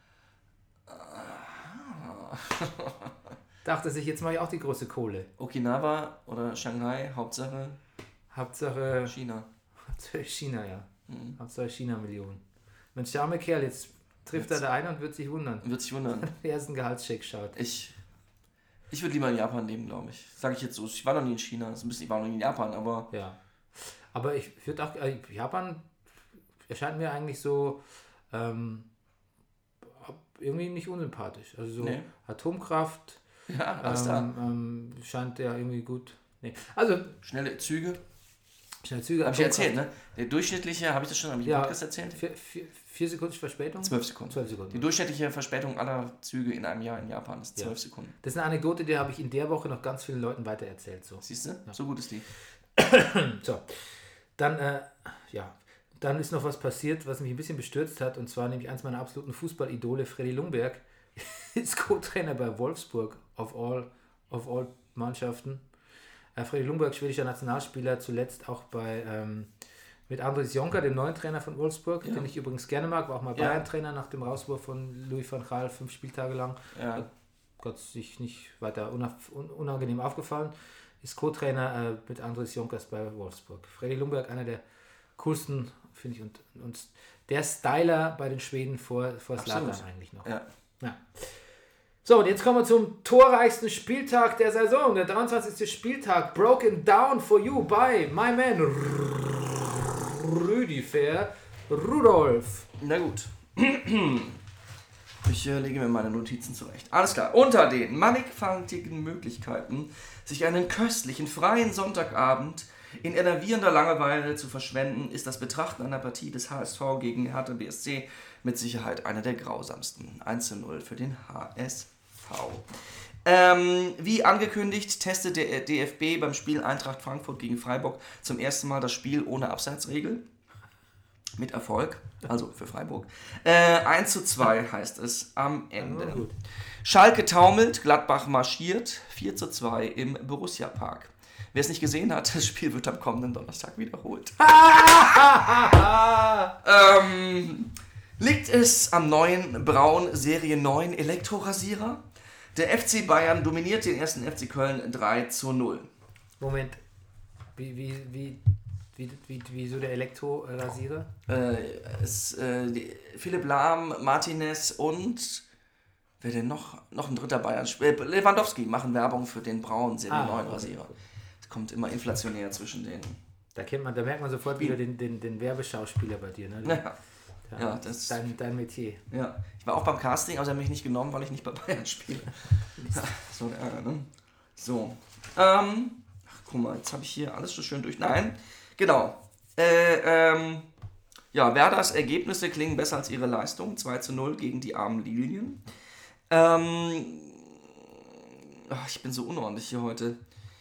[SPEAKER 2] Dachte sich, jetzt mache ich auch die große Kohle.
[SPEAKER 1] Okinawa oder Shanghai, Hauptsache
[SPEAKER 2] Hauptsache
[SPEAKER 1] China.
[SPEAKER 2] Hauptsache China, ja.
[SPEAKER 1] Mhm.
[SPEAKER 2] Hauptsache China-Millionen. Mensch, der arme Kerl, jetzt trifft
[SPEAKER 1] jetzt
[SPEAKER 2] er da ein und wird sich wundern.
[SPEAKER 1] Wird sich wundern.
[SPEAKER 2] Der ersten Gehaltscheck schaut.
[SPEAKER 1] Ich, ich würde lieber in Japan leben, glaube ich. Sage ich jetzt so. Ich war noch nie in China. Das ist ein bisschen, ich war noch nie in Japan, aber...
[SPEAKER 2] Ja. Aber ich würde auch... Äh, Japan erscheint mir eigentlich so... Ähm, irgendwie nicht unsympathisch. Also so nee. Atomkraft...
[SPEAKER 1] Ja, alles
[SPEAKER 2] ähm, ähm, scheint ja irgendwie gut... Nee. Also...
[SPEAKER 1] Schnelle Züge.
[SPEAKER 2] Schnelle Züge.
[SPEAKER 1] Habe ich erzählt, ne? Der durchschnittliche, habe ich das schon am
[SPEAKER 2] ja,
[SPEAKER 1] Podcast erzählt?
[SPEAKER 2] Vier, vier, vier Sekunden Verspätung?
[SPEAKER 1] Zwölf Sekunden.
[SPEAKER 2] Zwölf Sekunden.
[SPEAKER 1] Die durchschnittliche Verspätung aller Züge in einem Jahr in Japan ist zwölf ja. Sekunden.
[SPEAKER 2] Das ist eine Anekdote, die habe ich in der Woche noch ganz vielen Leuten weitererzählt. So.
[SPEAKER 1] Siehst du?
[SPEAKER 2] Ja.
[SPEAKER 1] So gut ist die.
[SPEAKER 2] So. Dann, äh, ja. Dann ist noch was passiert, was mich ein bisschen bestürzt hat. Und zwar nämlich eins meiner absoluten Fußballidole, Freddy Ljungberg, ist Co-Trainer bei Wolfsburg of all, of all Mannschaften. Äh, Freddy Ljungberg, schwedischer Nationalspieler, zuletzt auch bei ähm, mit Andries Jonker, dem neuen Trainer von Wolfsburg, ja. den ich übrigens gerne mag, war auch mal
[SPEAKER 1] ja.
[SPEAKER 2] Bayern-Trainer nach dem Rauswurf von Louis van Gaal, fünf Spieltage lang.
[SPEAKER 1] Ja.
[SPEAKER 2] Hat Gott sich nicht weiter unangenehm aufgefallen. Ist Co-Trainer äh, mit Andries Jonkers bei Wolfsburg. Freddy Ljungberg, einer der coolsten, finde ich, und, und der Styler bei den Schweden vor, vor Zlatan eigentlich noch.
[SPEAKER 1] Ja.
[SPEAKER 2] Ja. So, und jetzt kommen wir zum torreichsten Spieltag der Saison. Der dreiundzwanzigste Spieltag. Broken down for you by my man Rüdiger Rudolf.
[SPEAKER 1] Na gut. Ich äh, lege mir meine Notizen zurecht. Alles klar. Unter den mannigfaltigen Möglichkeiten, sich einen köstlichen, freien Sonntagabend in enervierender Langeweile zu verschwenden, ist das Betrachten einer Partie des H S V gegen Hertha B S C mit Sicherheit eine der grausamsten. eins zu null für den H S V. Ähm, wie angekündigt, testet der D F B beim Spiel Eintracht Frankfurt gegen Freiburg zum ersten Mal das Spiel ohne Abseitsregel. Mit Erfolg, also für Freiburg. Äh, eins zu zwei heißt es am Ende.
[SPEAKER 2] Oh,
[SPEAKER 1] Schalke taumelt, Gladbach marschiert, vier zu zwei im Borussia-Park. Wer es nicht gesehen hat, das Spiel wird am kommenden Donnerstag wiederholt. ähm, liegt es am neuen Braun Serie neun Elektrorasierer? Der F C Bayern dominiert den ersten F C Köln drei zu null.
[SPEAKER 2] Moment, wie, wie, wie, wie, wie, wieso der Elektrorasierer?
[SPEAKER 1] Äh, es, äh, die, Philipp Lahm, Martinez und wer denn noch? Noch ein dritter Bayern. Lewandowski machen Werbung für den Braun Serie neun
[SPEAKER 2] ah,
[SPEAKER 1] Rasierer. Es kommt immer inflationär zwischen den.
[SPEAKER 2] Da kennt man, da merkt man sofort wieder den, den, den Werbeschauspieler bei dir, ne?
[SPEAKER 1] Ja.
[SPEAKER 2] Ja,
[SPEAKER 1] Ja, das
[SPEAKER 2] dein, dein Metier.
[SPEAKER 1] Ja, ich war auch beim Casting, aber sie haben mich nicht genommen, weil ich nicht bei Bayern spiele. Ja, so ein Ärger, ne? So. Ähm, ach, guck mal, jetzt habe ich hier alles so schön durch. Nein, genau. Äh, ähm, ja, Werders Ergebnisse klingen besser als ihre Leistung. zwei zu null gegen die armen Lilien. Ähm, ach, ich bin so unordentlich hier heute.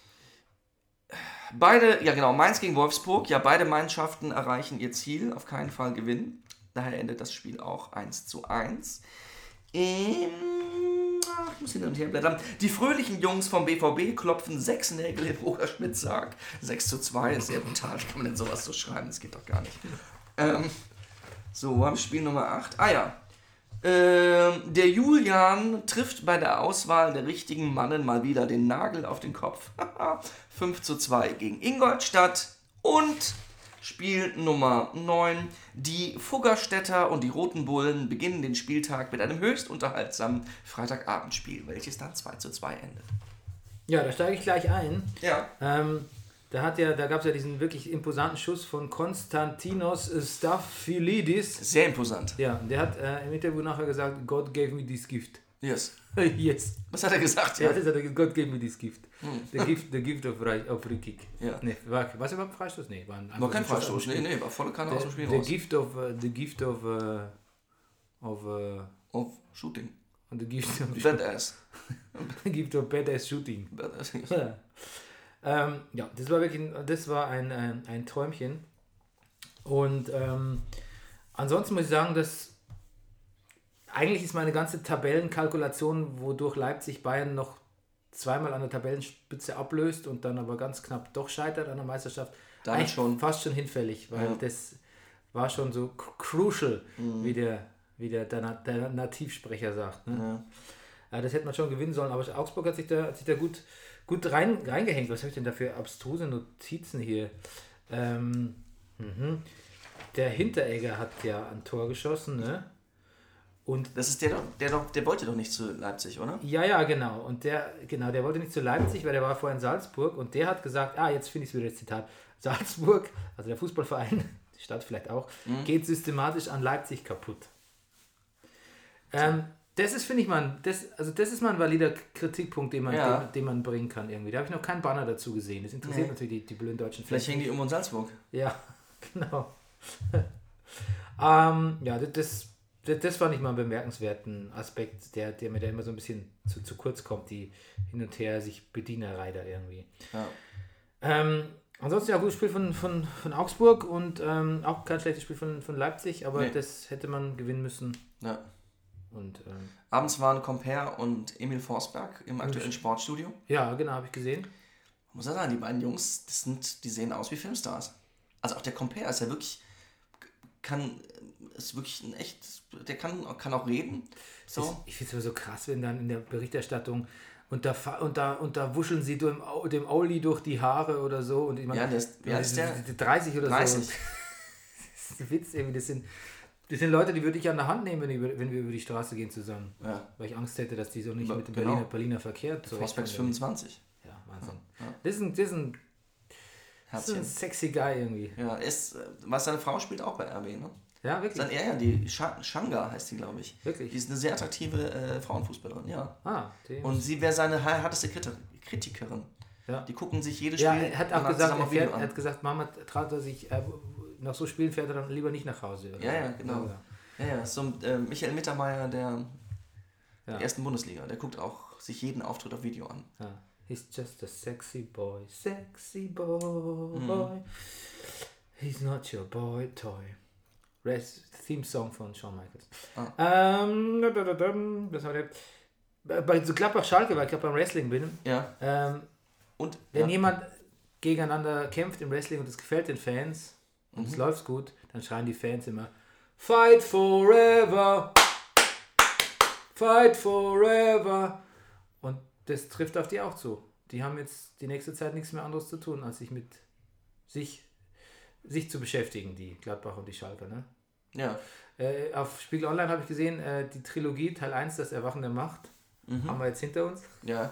[SPEAKER 1] Beide, ja genau, Mainz gegen Wolfsburg. Ja, beide Mannschaften erreichen ihr Ziel, auf keinen Fall gewinnen. Daher endet das Spiel auch eins zu eins. Ähm, ach, ich muss hin und her blättern. Die fröhlichen Jungs vom B V B klopfen sechs Nägel im Roger Schmidt-Sarg. sechs zu zwei ist sehr brutal. Wie kann man denn sowas so schreiben? Das geht doch gar nicht. Ähm, so, wo haben wir Spiel Nummer acht? Ah ja. Ähm, der Julian trifft bei der Auswahl der richtigen Mannen mal wieder den Nagel auf den Kopf. fünf zu zwei gegen Ingolstadt. Und Spiel Nummer neun. Die Fuggerstädter und die Roten Bullen beginnen den Spieltag mit einem höchst unterhaltsamen Freitagabendspiel, welches dann zwei zu zwei endet.
[SPEAKER 2] Ja, da steige ich gleich ein.
[SPEAKER 1] Ja.
[SPEAKER 2] Ähm, Da, hat ja, da gab es ja diesen wirklich imposanten Schuss von Konstantinos Staphylidis.
[SPEAKER 1] Sehr imposant.
[SPEAKER 2] Ja, der hat äh, im Interview nachher gesagt, God gave me this gift.
[SPEAKER 1] Yes.
[SPEAKER 2] Yes.
[SPEAKER 1] Was hat er gesagt?
[SPEAKER 2] Ja, das hat er gesagt, God gave me this gift.
[SPEAKER 1] Hm.
[SPEAKER 2] The gift, the gift of, Re- of Free Kick.
[SPEAKER 1] Ja.
[SPEAKER 2] Nee, war, war es überhaupt ein Freistoß? Nee, war, ein
[SPEAKER 1] War kein
[SPEAKER 2] ein Schuss
[SPEAKER 1] Freistoß,
[SPEAKER 2] aus dem
[SPEAKER 1] nee,
[SPEAKER 2] Spiel.
[SPEAKER 1] nee, war volle Kanne aus dem Spiel
[SPEAKER 2] The, the
[SPEAKER 1] raus.
[SPEAKER 2] gift of, uh, the gift of, uh, of, uh,
[SPEAKER 1] Auf Shooting.
[SPEAKER 2] the gift of,
[SPEAKER 1] Badass.
[SPEAKER 2] the gift of badass shooting.
[SPEAKER 1] Badass.
[SPEAKER 2] Ja. Ähm, ja, das war wirklich, ein- das war ein, ein, ein Träumchen. Und ähm, ansonsten muss ich sagen, dass eigentlich ist meine ganze Tabellenkalkulation, wodurch Leipzig Bayern noch zweimal an der Tabellenspitze ablöst und dann aber ganz knapp doch scheitert an der Meisterschaft,
[SPEAKER 1] Damit
[SPEAKER 2] eigentlich
[SPEAKER 1] schon.
[SPEAKER 2] fast schon hinfällig, weil
[SPEAKER 1] Ja.
[SPEAKER 2] das war schon so c- crucial, wie der, wie der, der, Na- der Nativsprecher sagt. Ne?
[SPEAKER 1] Ja.
[SPEAKER 2] Ja, das hätte man schon gewinnen sollen, aber Augsburg hat sich da, hat sich da gut, gut rein, reingehängt. Was habe ich denn da für abstruse Notizen hier? Ähm, mhm. Der Hinteregger hat ja ein Tor geschossen, ne? Und
[SPEAKER 1] Das ist der doch, der doch, der wollte doch nicht zu Leipzig, oder?
[SPEAKER 2] ja, ja, genau. Und der, genau, der wollte nicht zu Leipzig, weil der war vorher in Salzburg und der hat gesagt, ah, jetzt finde ich es wieder das Zitat. Salzburg, also der Fußballverein, die Stadt vielleicht auch, geht systematisch an Leipzig kaputt. Ähm, das ist, finde ich mal, ein- das, also das ist mal ein valider Kritikpunkt, den man,
[SPEAKER 1] Ja.
[SPEAKER 2] den, den man bringen kann irgendwie. Da habe ich noch keinen Banner dazu gesehen. Das interessiert
[SPEAKER 1] Nee.
[SPEAKER 2] natürlich die, die blöden deutschen
[SPEAKER 1] Vielleicht
[SPEAKER 2] Fans
[SPEAKER 1] hängen die
[SPEAKER 2] nicht.
[SPEAKER 1] um in Salzburg.
[SPEAKER 2] Ja, genau. ähm, ja, das, das, das, das fand ich mal einen bemerkenswerten Aspekt, der, der mir da immer so ein bisschen zu, zu kurz kommt, die hin und her sich Bedienerei da irgendwie.
[SPEAKER 1] Ja.
[SPEAKER 2] Ähm, ansonsten ja, gutes Spiel von, von, von Augsburg und ähm, auch kein schlechtes Spiel von, von Leipzig, aber
[SPEAKER 1] Nee.
[SPEAKER 2] das hätte man gewinnen müssen.
[SPEAKER 1] Ja.
[SPEAKER 2] Und ähm,
[SPEAKER 1] Abends waren Compare und Emil Forsberg im aktuellen Sportstudio.
[SPEAKER 2] ja, genau, habe ich gesehen.
[SPEAKER 1] Muss ich sagen, die beiden Jungs, das sind, die sehen aus wie Filmstars. Also auch der Compare ist ja wirklich, kann, ist wirklich ein echt, der kann, kann auch reden. So.
[SPEAKER 2] Ich finde es immer so krass, wenn dann in der Berichterstattung und da, fa- und da, und da wuscheln sie dem, Au- dem Oli durch die Haare oder so. Und ich meine,
[SPEAKER 1] Ja, der ist- wie alt ist der?
[SPEAKER 2] dreißig oder
[SPEAKER 1] dreißig.
[SPEAKER 2] so. Das ist ein Witz irgendwie. Das sind, das sind Leute, die würde ich an der Hand nehmen, wenn, ich, wenn wir über die Straße gehen zusammen.
[SPEAKER 1] Ja.
[SPEAKER 2] Weil ich Angst hätte, dass die so nicht
[SPEAKER 1] Ba-
[SPEAKER 2] mit dem
[SPEAKER 1] genau.
[SPEAKER 2] Berliner, Berliner Verkehr
[SPEAKER 1] Forsberg ist
[SPEAKER 2] zurechtkommen.
[SPEAKER 1] fünfundzwanzig.
[SPEAKER 2] Ja, Wahnsinn.
[SPEAKER 1] Ja.
[SPEAKER 2] Das ist ein, das ist ein, das ist ein
[SPEAKER 1] Herzchen.
[SPEAKER 2] sexy Guy irgendwie.
[SPEAKER 1] Ja, ist, äh, was seine Frau spielt auch bei R B, ne?
[SPEAKER 2] Ja, wirklich.
[SPEAKER 1] Dann, ja, ja, die Sha- Shanga heißt die, glaube ich.
[SPEAKER 2] Wirklich?
[SPEAKER 1] Die ist eine sehr attraktive äh, Frauenfußballerin, ja.
[SPEAKER 2] Ah, die
[SPEAKER 1] Und sie wäre seine härteste Kriti- Kritikerin.
[SPEAKER 2] ja.
[SPEAKER 1] Die gucken sich jedes Spiel
[SPEAKER 2] Ja, er hat auch
[SPEAKER 1] danach
[SPEAKER 2] gesagt,
[SPEAKER 1] zusammen
[SPEAKER 2] er,
[SPEAKER 1] auf Video
[SPEAKER 2] fährt, er
[SPEAKER 1] an.
[SPEAKER 2] hat gesagt, Mama traut er sich, äh, nach so Spielen fährt er dann lieber nicht nach Hause.
[SPEAKER 1] Ja, ja, genau.
[SPEAKER 2] Ja,
[SPEAKER 1] Ja, ja, so äh, Michael Mittermeier der,
[SPEAKER 2] ja.
[SPEAKER 1] der ersten Bundesliga, der guckt auch sich jeden Auftritt auf Video an.
[SPEAKER 2] Ja. He's just a sexy boy, sexy boy.
[SPEAKER 1] Mhm.
[SPEAKER 2] He's not your boy toy. Rest, Theme Song von Shawn Michaels.
[SPEAKER 1] Ah.
[SPEAKER 2] Ähm, da, da, da, da, das war der. Bei so Gladbach-Schalke, weil ich gerade beim Wrestling bin.
[SPEAKER 1] Ja,
[SPEAKER 2] Ähm,
[SPEAKER 1] und
[SPEAKER 2] wenn
[SPEAKER 1] ja,
[SPEAKER 2] jemand gegeneinander kämpft im Wrestling und es gefällt den Fans und
[SPEAKER 1] Mhm.
[SPEAKER 2] es läuft gut, dann schreien die Fans immer Fight forever! Fight forever! Und das trifft auf die auch zu. Die haben jetzt die nächste Zeit nichts mehr anderes zu tun, als sich mit sich, sich zu beschäftigen, die Gladbach und die Schalker. Ne?
[SPEAKER 1] ja,
[SPEAKER 2] Äh, auf Spiegel Online habe ich gesehen, äh, die Trilogie Teil eins, das Erwachen der Macht,
[SPEAKER 1] Mhm.
[SPEAKER 2] haben wir jetzt hinter uns.
[SPEAKER 1] ja,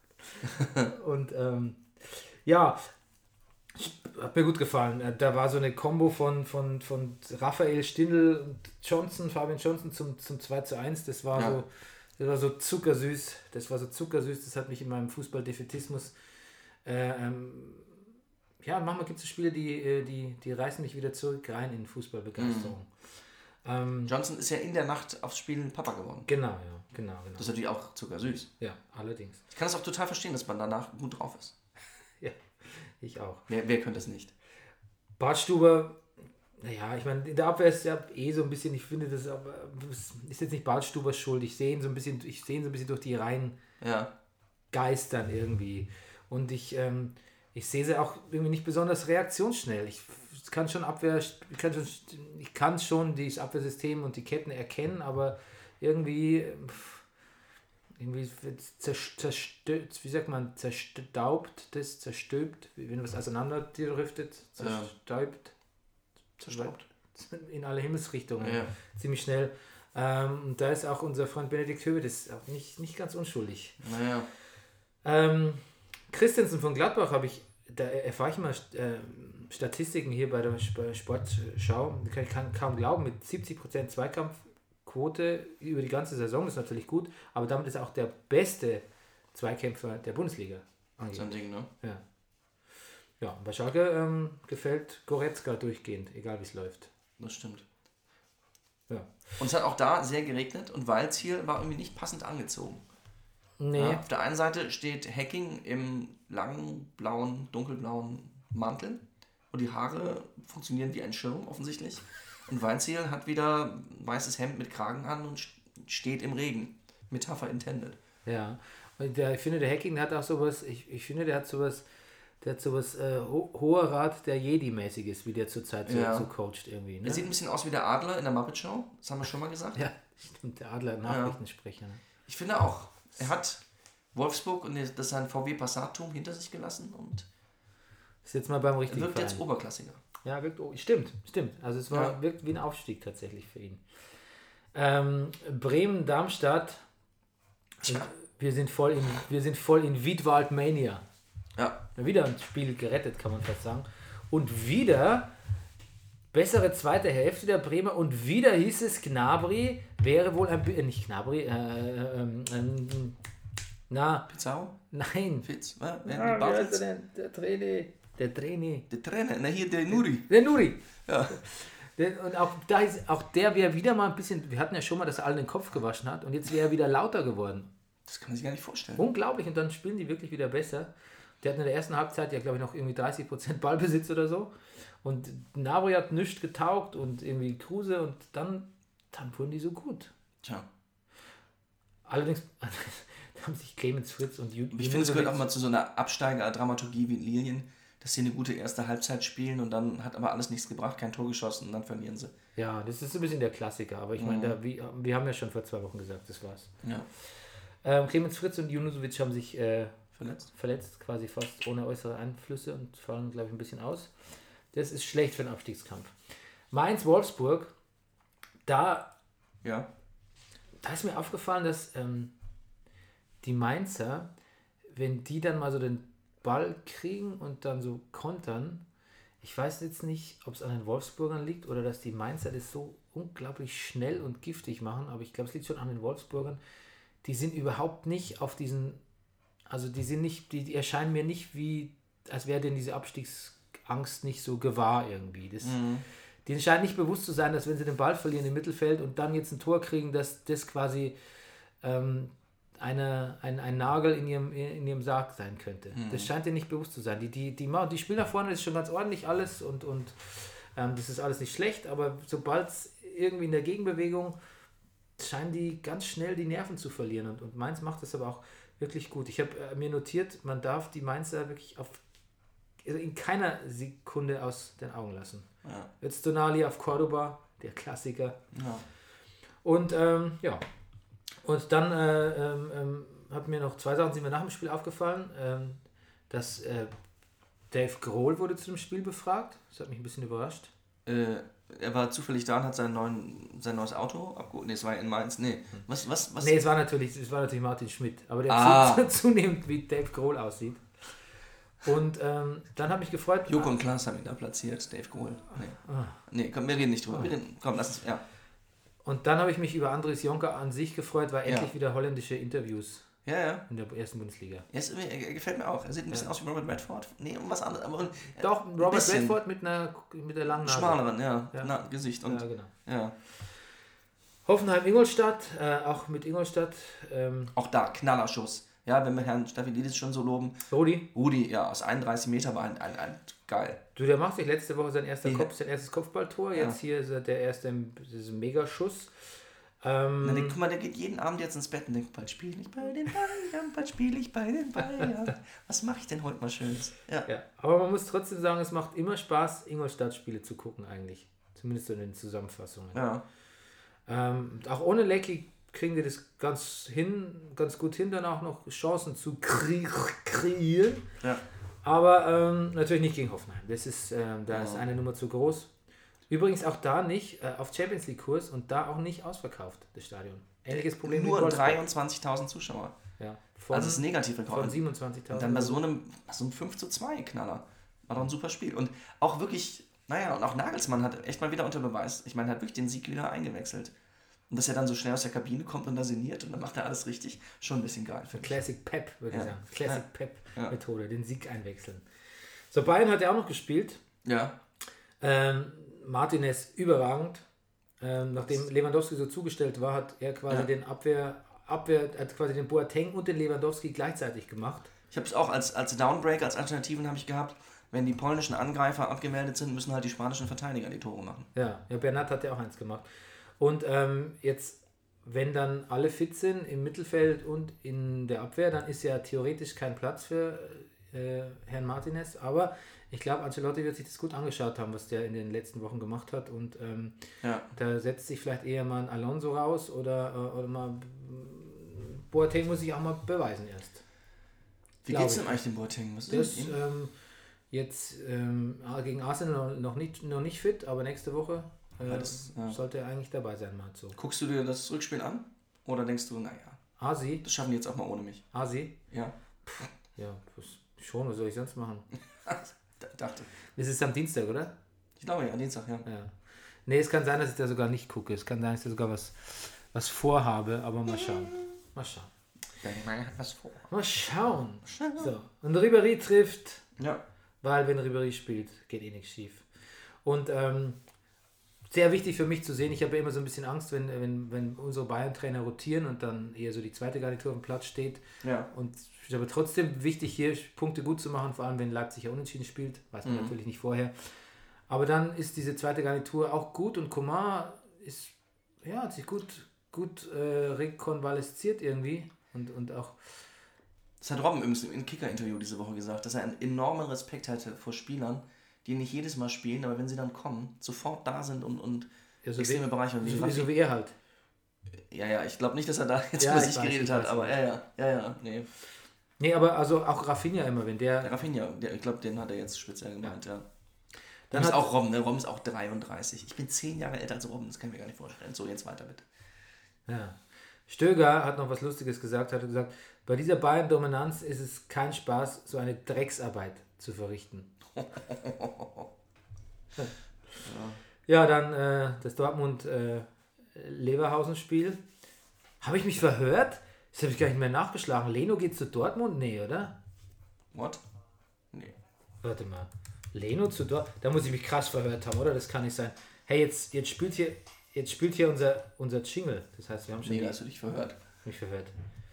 [SPEAKER 2] Und ähm, ja, hat mir gut gefallen. Äh, Da war so eine Kombo von, von, von Raphael Stindl und Johnson, Fabian Johnson zum, zum zwei zu eins. Das war
[SPEAKER 1] Ja.
[SPEAKER 2] so, das war so zuckersüß. Das war so zuckersüß, das hat mich in meinem Fußballdefätismus. Äh, ähm, ja, manchmal gibt es Spiele, die, äh, die, die reißen mich wieder zurück rein in Fußballbegeisterung. Ähm,
[SPEAKER 1] Johnson ist ja in der Nacht aufs Spiel Papa geworden.
[SPEAKER 2] genau, ja, genau, genau.
[SPEAKER 1] Das ist natürlich auch zuckersüß.
[SPEAKER 2] Ja, allerdings.
[SPEAKER 1] Ich kann das auch total verstehen, dass man danach gut drauf ist.
[SPEAKER 2] Ja, ich auch.
[SPEAKER 1] Wer, wer könnte es nicht?
[SPEAKER 2] Bartstuber, naja, ich meine, in der Abwehr ist ja eh so ein bisschen, ich finde, das aber, das ist jetzt nicht Bartstubers Schuld. Ich sehe ihn so ein bisschen, ich sehe ihn so ein bisschen durch die Reihen
[SPEAKER 1] Ja,
[SPEAKER 2] geistern irgendwie. Und ich, ähm, ich sehe sie auch irgendwie nicht besonders reaktionsschnell. Ich kann schon Abwehr, ich kann schon, ich kann schon das Abwehrsystem und die Ketten erkennen, aber irgendwie, pff, irgendwie zerstört, wie sagt man, zerstaubt das, zerstülpt, wenn was auseinander driftet, zerstäubt,
[SPEAKER 1] zerstaubt.
[SPEAKER 2] in alle Himmelsrichtungen,
[SPEAKER 1] Ja.
[SPEAKER 2] ziemlich schnell. Ähm, und da ist auch unser Freund Benedikt Höwedes auch nicht, nicht ganz unschuldig.
[SPEAKER 1] Naja,
[SPEAKER 2] Ähm, Christensen von Gladbach habe ich da erfahre ich mal äh, Statistiken hier bei der Sp- Sportschau. Ich kann, ich kann kaum glauben, mit siebzig Prozent Zweikampfquote über die ganze Saison, das ist natürlich gut, aber damit ist er auch der beste Zweikämpfer der Bundesliga.
[SPEAKER 1] So ein Ding, ne?
[SPEAKER 2] Ja. Ja, bei Schalke ähm, gefällt Goretzka durchgehend, egal wie es läuft.
[SPEAKER 1] Das stimmt.
[SPEAKER 2] Ja.
[SPEAKER 1] Und es hat auch da sehr geregnet und Waldziel war irgendwie nicht passend angezogen.
[SPEAKER 2] Nee.
[SPEAKER 1] Ja, auf der einen Seite steht Hacking im langen, blauen, dunkelblauen Mantel und die Haare funktionieren wie ein Schirm offensichtlich. Und Waldziel hat wieder ein weißes Hemd mit Kragen an und steht im Regen. Metapher intended.
[SPEAKER 2] Ja, und der, ich finde, der Hacking hat auch sowas, ich, ich finde, der hat sowas, der hat sowas äh, ho hoher Rat der Jedi-mäßiges, wie der zurzeit so,
[SPEAKER 1] Ja.
[SPEAKER 2] so coacht irgendwie. Ne?
[SPEAKER 1] Er sieht ein bisschen aus wie der Adler in der Muppet Show. Das haben wir schon mal gesagt.
[SPEAKER 2] Ja, stimmt, der Adler Nachrichtensprecher. Ne?
[SPEAKER 1] Ich finde auch, er hat Wolfsburg und das sein V W Passat-Turm hinter sich gelassen und
[SPEAKER 2] Ist jetzt mal beim
[SPEAKER 1] er
[SPEAKER 2] richtigen
[SPEAKER 1] wirkt
[SPEAKER 2] Verein.
[SPEAKER 1] jetzt oberklassiger.
[SPEAKER 2] Ja, wirkt, oh, stimmt, stimmt. Also es war,
[SPEAKER 1] Ja.
[SPEAKER 2] wirkt wie ein Aufstieg tatsächlich für ihn. Ähm, Bremen-Darmstadt,
[SPEAKER 1] Tja.
[SPEAKER 2] wir sind voll in, wir sind voll in Wiedwald-Mania.
[SPEAKER 1] Ja,
[SPEAKER 2] Wieder ein Spiel gerettet, kann man fast sagen. Und wieder bessere zweite Hälfte der Bremer und wieder hieß es, Gnabry wäre wohl ein bisschen, nicht Gnabry, äh, ähm, ähm, na,
[SPEAKER 1] Pizarro,
[SPEAKER 2] nein.
[SPEAKER 1] Fitz, wer? Wer?
[SPEAKER 2] Ah,
[SPEAKER 1] die
[SPEAKER 2] wie heißt
[SPEAKER 1] Bartels?
[SPEAKER 2] er denn? Der Trainer, der Trainer.
[SPEAKER 1] Der Trainer, na hier der Nuri.
[SPEAKER 2] Der Nuri.
[SPEAKER 1] Ja.
[SPEAKER 2] Der, und auch, da ist, auch der wäre wieder mal ein bisschen, wir hatten ja schon mal, dass er allen den Kopf gewaschen hat und jetzt wäre er wieder lauter geworden.
[SPEAKER 1] Das kann man sich gar nicht vorstellen.
[SPEAKER 2] Unglaublich, und dann spielen die wirklich wieder besser. Der hat in der ersten Halbzeit ja, glaube ich, noch irgendwie dreißig Prozent Ballbesitz oder so. Und Gnabry hat nichts getaugt und irgendwie Kruse und dann, dann wurden die so gut.
[SPEAKER 1] Tja.
[SPEAKER 2] Allerdings haben sich Clemens Fritz und Jürgen.
[SPEAKER 1] Ich finde, es gehört auch mal zu so einer Absteiger-Dramaturgie wie in Lilien, dass sie eine gute erste Halbzeit spielen und dann hat aber alles nichts gebracht, kein Tor geschossen und dann verlieren sie.
[SPEAKER 2] Ja, das ist so ein bisschen der Klassiker, aber ich meine, da, wir, wir haben ja schon vor zwei Wochen gesagt, das war's.
[SPEAKER 1] Ja.
[SPEAKER 2] Ähm, Clemens Fritz und Junusovic haben sich äh,
[SPEAKER 1] Verletzt.
[SPEAKER 2] verletzt, quasi fast ohne äußere Einflüsse und fallen, glaube ich, ein bisschen aus. Das ist schlecht für den Abstiegskampf. Mainz-Wolfsburg, da,
[SPEAKER 1] Ja.
[SPEAKER 2] da ist mir aufgefallen, dass ähm, die Mainzer, wenn die dann mal so den Ball kriegen und dann so kontern, ich weiß jetzt nicht, ob es an den Wolfsburgern liegt oder dass die Mainzer das so unglaublich schnell und giftig machen, aber ich glaube, es liegt schon an den Wolfsburgern. Die sind überhaupt nicht auf diesen, also die sind nicht, die, die erscheinen mir nicht wie, als wäre denn diese Abstiegsangst nicht so gewahr irgendwie. Das,
[SPEAKER 1] Mhm.
[SPEAKER 2] Denen scheint nicht bewusst zu sein, dass wenn sie den Ball verlieren im Mittelfeld und dann jetzt ein Tor kriegen, dass das quasi ähm, eine, ein, ein Nagel in ihrem, in ihrem Sarg sein könnte.
[SPEAKER 1] Mhm.
[SPEAKER 2] Das scheint denen nicht bewusst zu sein. Die, die, die, machen- die spielen nach vorne, das ist schon ganz ordentlich alles und, und ähm, das ist alles nicht schlecht, aber sobald es irgendwie in der Gegenbewegung scheinen die ganz schnell die Nerven zu verlieren und, und Mainz macht das aber auch wirklich gut. Ich habe äh, mir notiert, man darf die Mainzer wirklich auf, also in keiner Sekunde aus den Augen lassen.
[SPEAKER 1] Ja.
[SPEAKER 2] Jetzt Tonali auf Cordoba, der Klassiker.
[SPEAKER 1] Ja.
[SPEAKER 2] Und ähm, ja, und dann äh, ähm, ähm, hat mir noch zwei Sachen sind mir nach dem Spiel aufgefallen, ähm, dass äh, Dave Grohl wurde zu dem Spiel befragt. Das hat mich ein bisschen überrascht.
[SPEAKER 1] Äh, er war zufällig da und hat sein, neuen, sein neues Auto abgeholt. Nee, es war in Mainz. Nee. Was, was, was?
[SPEAKER 2] Nee, es war natürlich, es war natürlich Martin Schmidt, aber der
[SPEAKER 1] Ah.
[SPEAKER 2] zu, zunehmend wie Dave Grohl aussieht. Und ähm, dann habe ich gefreut.
[SPEAKER 1] Joko und Klaas haben ihn da platziert, Dave Grohl. Nee.
[SPEAKER 2] Ah.
[SPEAKER 1] Nee, komm, wir reden nicht drüber. Wir reden, komm, lass uns, ja.
[SPEAKER 2] Und dann habe ich mich über Andres Jonker an sich gefreut, weil
[SPEAKER 1] Ja.
[SPEAKER 2] endlich wieder holländische Interviews
[SPEAKER 1] Ja, ja.
[SPEAKER 2] in der ersten Bundesliga.
[SPEAKER 1] Er, ist, er gefällt mir auch. Er sieht ein bisschen aus wie Robert Redford. Nee, um was anderes. Aber äh,
[SPEAKER 2] Doch,
[SPEAKER 1] ein
[SPEAKER 2] Robert
[SPEAKER 1] bisschen
[SPEAKER 2] Redford mit einer mit der langen Nase.
[SPEAKER 1] schmaleren, ja.
[SPEAKER 2] Ja.
[SPEAKER 1] Na, Gesicht und
[SPEAKER 2] Ja, genau.
[SPEAKER 1] ja.
[SPEAKER 2] Hoffenheim-Ingolstadt, äh, auch mit Ingolstadt. Ähm,
[SPEAKER 1] Auch da, Knallerschuss. Ja, wenn wir Herrn Staphylides schon so loben.
[SPEAKER 2] Rudi,
[SPEAKER 1] Rudi, ja, aus einunddreißig Meter war ein, ein, ein geil.
[SPEAKER 2] du, der macht sich letzte Woche sein, erster
[SPEAKER 1] Ja.
[SPEAKER 2] Kopf, sein erstes Kopfballtor.
[SPEAKER 1] Ja.
[SPEAKER 2] Jetzt hier ist er der erste das ist ein Megaschuss.
[SPEAKER 1] Na,
[SPEAKER 2] Ähm,
[SPEAKER 1] der, guck mal, der geht jeden Abend jetzt ins Bett und denkt, bald spiele ich bei den Bayern, bald spiele ich bei den Bayern. Was mache ich denn heute mal Schönes? Ja.
[SPEAKER 2] ja, aber man muss trotzdem sagen, es macht immer Spaß, Ingolstadt-Spiele zu gucken eigentlich. Zumindest in den Zusammenfassungen.
[SPEAKER 1] Ja.
[SPEAKER 2] Ähm, auch ohne Lecky kriegen die das ganz hin, ganz gut hin, dann auch noch Chancen zu kre kreieren.
[SPEAKER 1] Ja.
[SPEAKER 2] Aber ähm, natürlich nicht gegen Hoffenheim. Das ist, ähm, da
[SPEAKER 1] Ja.
[SPEAKER 2] ist eine Nummer zu groß. Übrigens auch da nicht äh, auf Champions League Kurs und da auch nicht ausverkauft, das Stadion. Ähnliches Problem
[SPEAKER 1] Nur
[SPEAKER 2] Wolfsburg.
[SPEAKER 1] dreiundzwanzigtausend Zuschauer.
[SPEAKER 2] Ja. Von,
[SPEAKER 1] also das ist ein Negativrekord.
[SPEAKER 2] Von siebenundzwanzigtausend.
[SPEAKER 1] Und dann bei so einem, so einem fünf zu zwei Knaller. War doch ein super Spiel. Und auch wirklich, naja, und auch Nagelsmann hat echt mal wieder unter Beweis. Ich meine, er hat wirklich den Sieg wieder eingewechselt. Und dass er dann so schnell aus der Kabine kommt und da sinniert und dann macht er alles richtig, schon ein bisschen geil.
[SPEAKER 2] Classic Pep, würde
[SPEAKER 1] ja.
[SPEAKER 2] ich sagen. Classic
[SPEAKER 1] ja.
[SPEAKER 2] Pep-Methode,
[SPEAKER 1] ja.
[SPEAKER 2] den Sieg einwechseln. So, Bayern hat ja auch noch gespielt.
[SPEAKER 1] Ja.
[SPEAKER 2] Ähm, Martinez überragend. Ähm, nachdem Lewandowski so zugestellt war, hat er quasi
[SPEAKER 1] ja.
[SPEAKER 2] den Abwehr, Abwehr, hat quasi den Boateng und den Lewandowski gleichzeitig gemacht.
[SPEAKER 1] Ich habe es auch als, als Downbreak, als Alternativen habe ich gehabt, wenn die polnischen Angreifer abgemeldet sind, müssen halt die spanischen Verteidiger die Tore machen.
[SPEAKER 2] Ja, ja Bernat hat ja auch eins gemacht. Und ähm, jetzt, wenn dann alle fit sind im Mittelfeld und in der Abwehr, dann ist ja theoretisch kein Platz für äh, Herrn Martinez, aber ich glaube, Ancelotti wird sich das gut angeschaut haben, was der in den letzten Wochen gemacht hat und ähm,
[SPEAKER 1] ja.
[SPEAKER 2] da setzt sich vielleicht eher mal ein Alonso raus oder, äh, oder mal Boateng muss sich auch mal beweisen erst.
[SPEAKER 1] Wie geht's denn eigentlich dem Boateng? Was
[SPEAKER 2] ist das ähm, jetzt ähm, gegen Arsenal noch nicht, noch nicht fit, aber nächste Woche äh, ja, das, ja. sollte er eigentlich dabei sein. Mal so.
[SPEAKER 1] Guckst du dir das Rückspiel an? Oder denkst du, naja,
[SPEAKER 2] Asi?
[SPEAKER 1] das schaffen die jetzt auch mal ohne mich?
[SPEAKER 2] Asi?
[SPEAKER 1] Ja.
[SPEAKER 2] Ja, das schon, was soll ich sonst machen?
[SPEAKER 1] Dachte.
[SPEAKER 2] Das ist am Dienstag, oder?
[SPEAKER 1] Ich glaube ja, Dienstag, ja.
[SPEAKER 2] ja. Nee, es kann sein, dass ich da sogar nicht gucke. Es kann sein, dass ich da sogar was, was vorhabe, aber mal schauen. Mal schauen.
[SPEAKER 1] Man hat was vor.
[SPEAKER 2] Mal schauen. So. Und Ribéry trifft,
[SPEAKER 1] ja.
[SPEAKER 2] weil wenn Ribéry spielt, geht eh nichts schief. Und ähm, sehr wichtig für mich zu sehen, ich habe ja immer so ein bisschen Angst, wenn, wenn, wenn unsere Bayern-Trainer rotieren und dann eher so die zweite Garnitur auf dem Platz steht.
[SPEAKER 1] Ja.
[SPEAKER 2] Und es ist aber trotzdem wichtig, hier Punkte gut zu machen, vor allem wenn Leipzig ja unentschieden spielt, weiß man mhm. natürlich nicht vorher. Aber dann ist diese zweite Garnitur auch gut und Coman ist, ja, hat sich gut, gut äh, rekonvalesziert irgendwie und, und auch.
[SPEAKER 1] Das hat Robben übrigens im Kicker-Interview diese Woche gesagt, dass er einen enormen Respekt hatte vor Spielern, die nicht jedes Mal spielen, aber wenn sie dann kommen, sofort da sind und, und
[SPEAKER 2] ja, so
[SPEAKER 1] extreme Bereiche.
[SPEAKER 2] So, wie, so wie er halt.
[SPEAKER 1] Ja, ja, ich glaube nicht, dass er da jetzt
[SPEAKER 2] ja,
[SPEAKER 1] über sich
[SPEAKER 2] weiß,
[SPEAKER 1] geredet hat, aber ja, ja, ja, ja, nee.
[SPEAKER 2] Nee, aber also auch Rafinha immer, wenn der...
[SPEAKER 1] der Rafinha, der, ich glaube, den hat er jetzt speziell gemeint, ja. ja.
[SPEAKER 2] Dann
[SPEAKER 1] ist
[SPEAKER 2] hat
[SPEAKER 1] auch Robben, ne? Robben ist auch dreiunddreißig. Ich bin zehn Jahre älter als Robben, das kann ich mir gar nicht vorstellen. So, jetzt weiter bitte.
[SPEAKER 2] Ja. Stöger hat noch was Lustiges gesagt, hat gesagt, bei dieser Bayern-Dominanz ist es kein Spaß, so eine Drecksarbeit zu verrichten. ja. ja, dann äh, das Dortmund-Leverhausen-Spiel. Habe ich mich verhört? Das habe ich gar nicht mehr nachgeschlagen. Leno geht zu Dortmund? Nee, oder?
[SPEAKER 1] What? Nee.
[SPEAKER 2] Warte mal. Leno zu Dortmund? Da muss ich mich krass verhört haben, oder? Das kann nicht sein. Hey, jetzt, jetzt spielt hier, jetzt spielt hier unser, unser Jingle. Das heißt, wir haben schon...
[SPEAKER 1] Nee, da hast du dich verhört.
[SPEAKER 2] Mich verhört.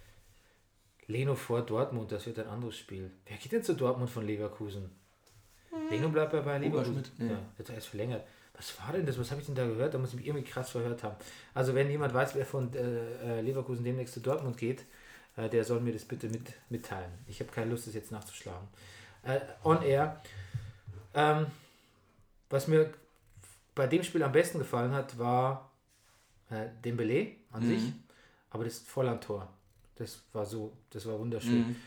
[SPEAKER 2] Leno vor Dortmund, das wird ein anderes Spiel. Wer geht denn zu Dortmund von Leverkusen? Hm. Leno bleibt bei, bei Leverkusen.
[SPEAKER 1] Ja,
[SPEAKER 2] ja, jetzt ist verlängert. Was war denn das? Was habe ich denn da gehört? Da muss ich mich irgendwie krass verhört haben. Also wenn jemand weiß, wer von äh, Leverkusen demnächst zu Dortmund geht, äh, der soll mir das bitte mit, mitteilen. Ich habe keine Lust, das jetzt nachzuschlagen. Äh, on air. Ähm, was mir bei dem Spiel am besten gefallen hat, war äh, Dembélé an mhm. sich, aber das Volland-Tor. Das war so, das war wunderschön. Mhm.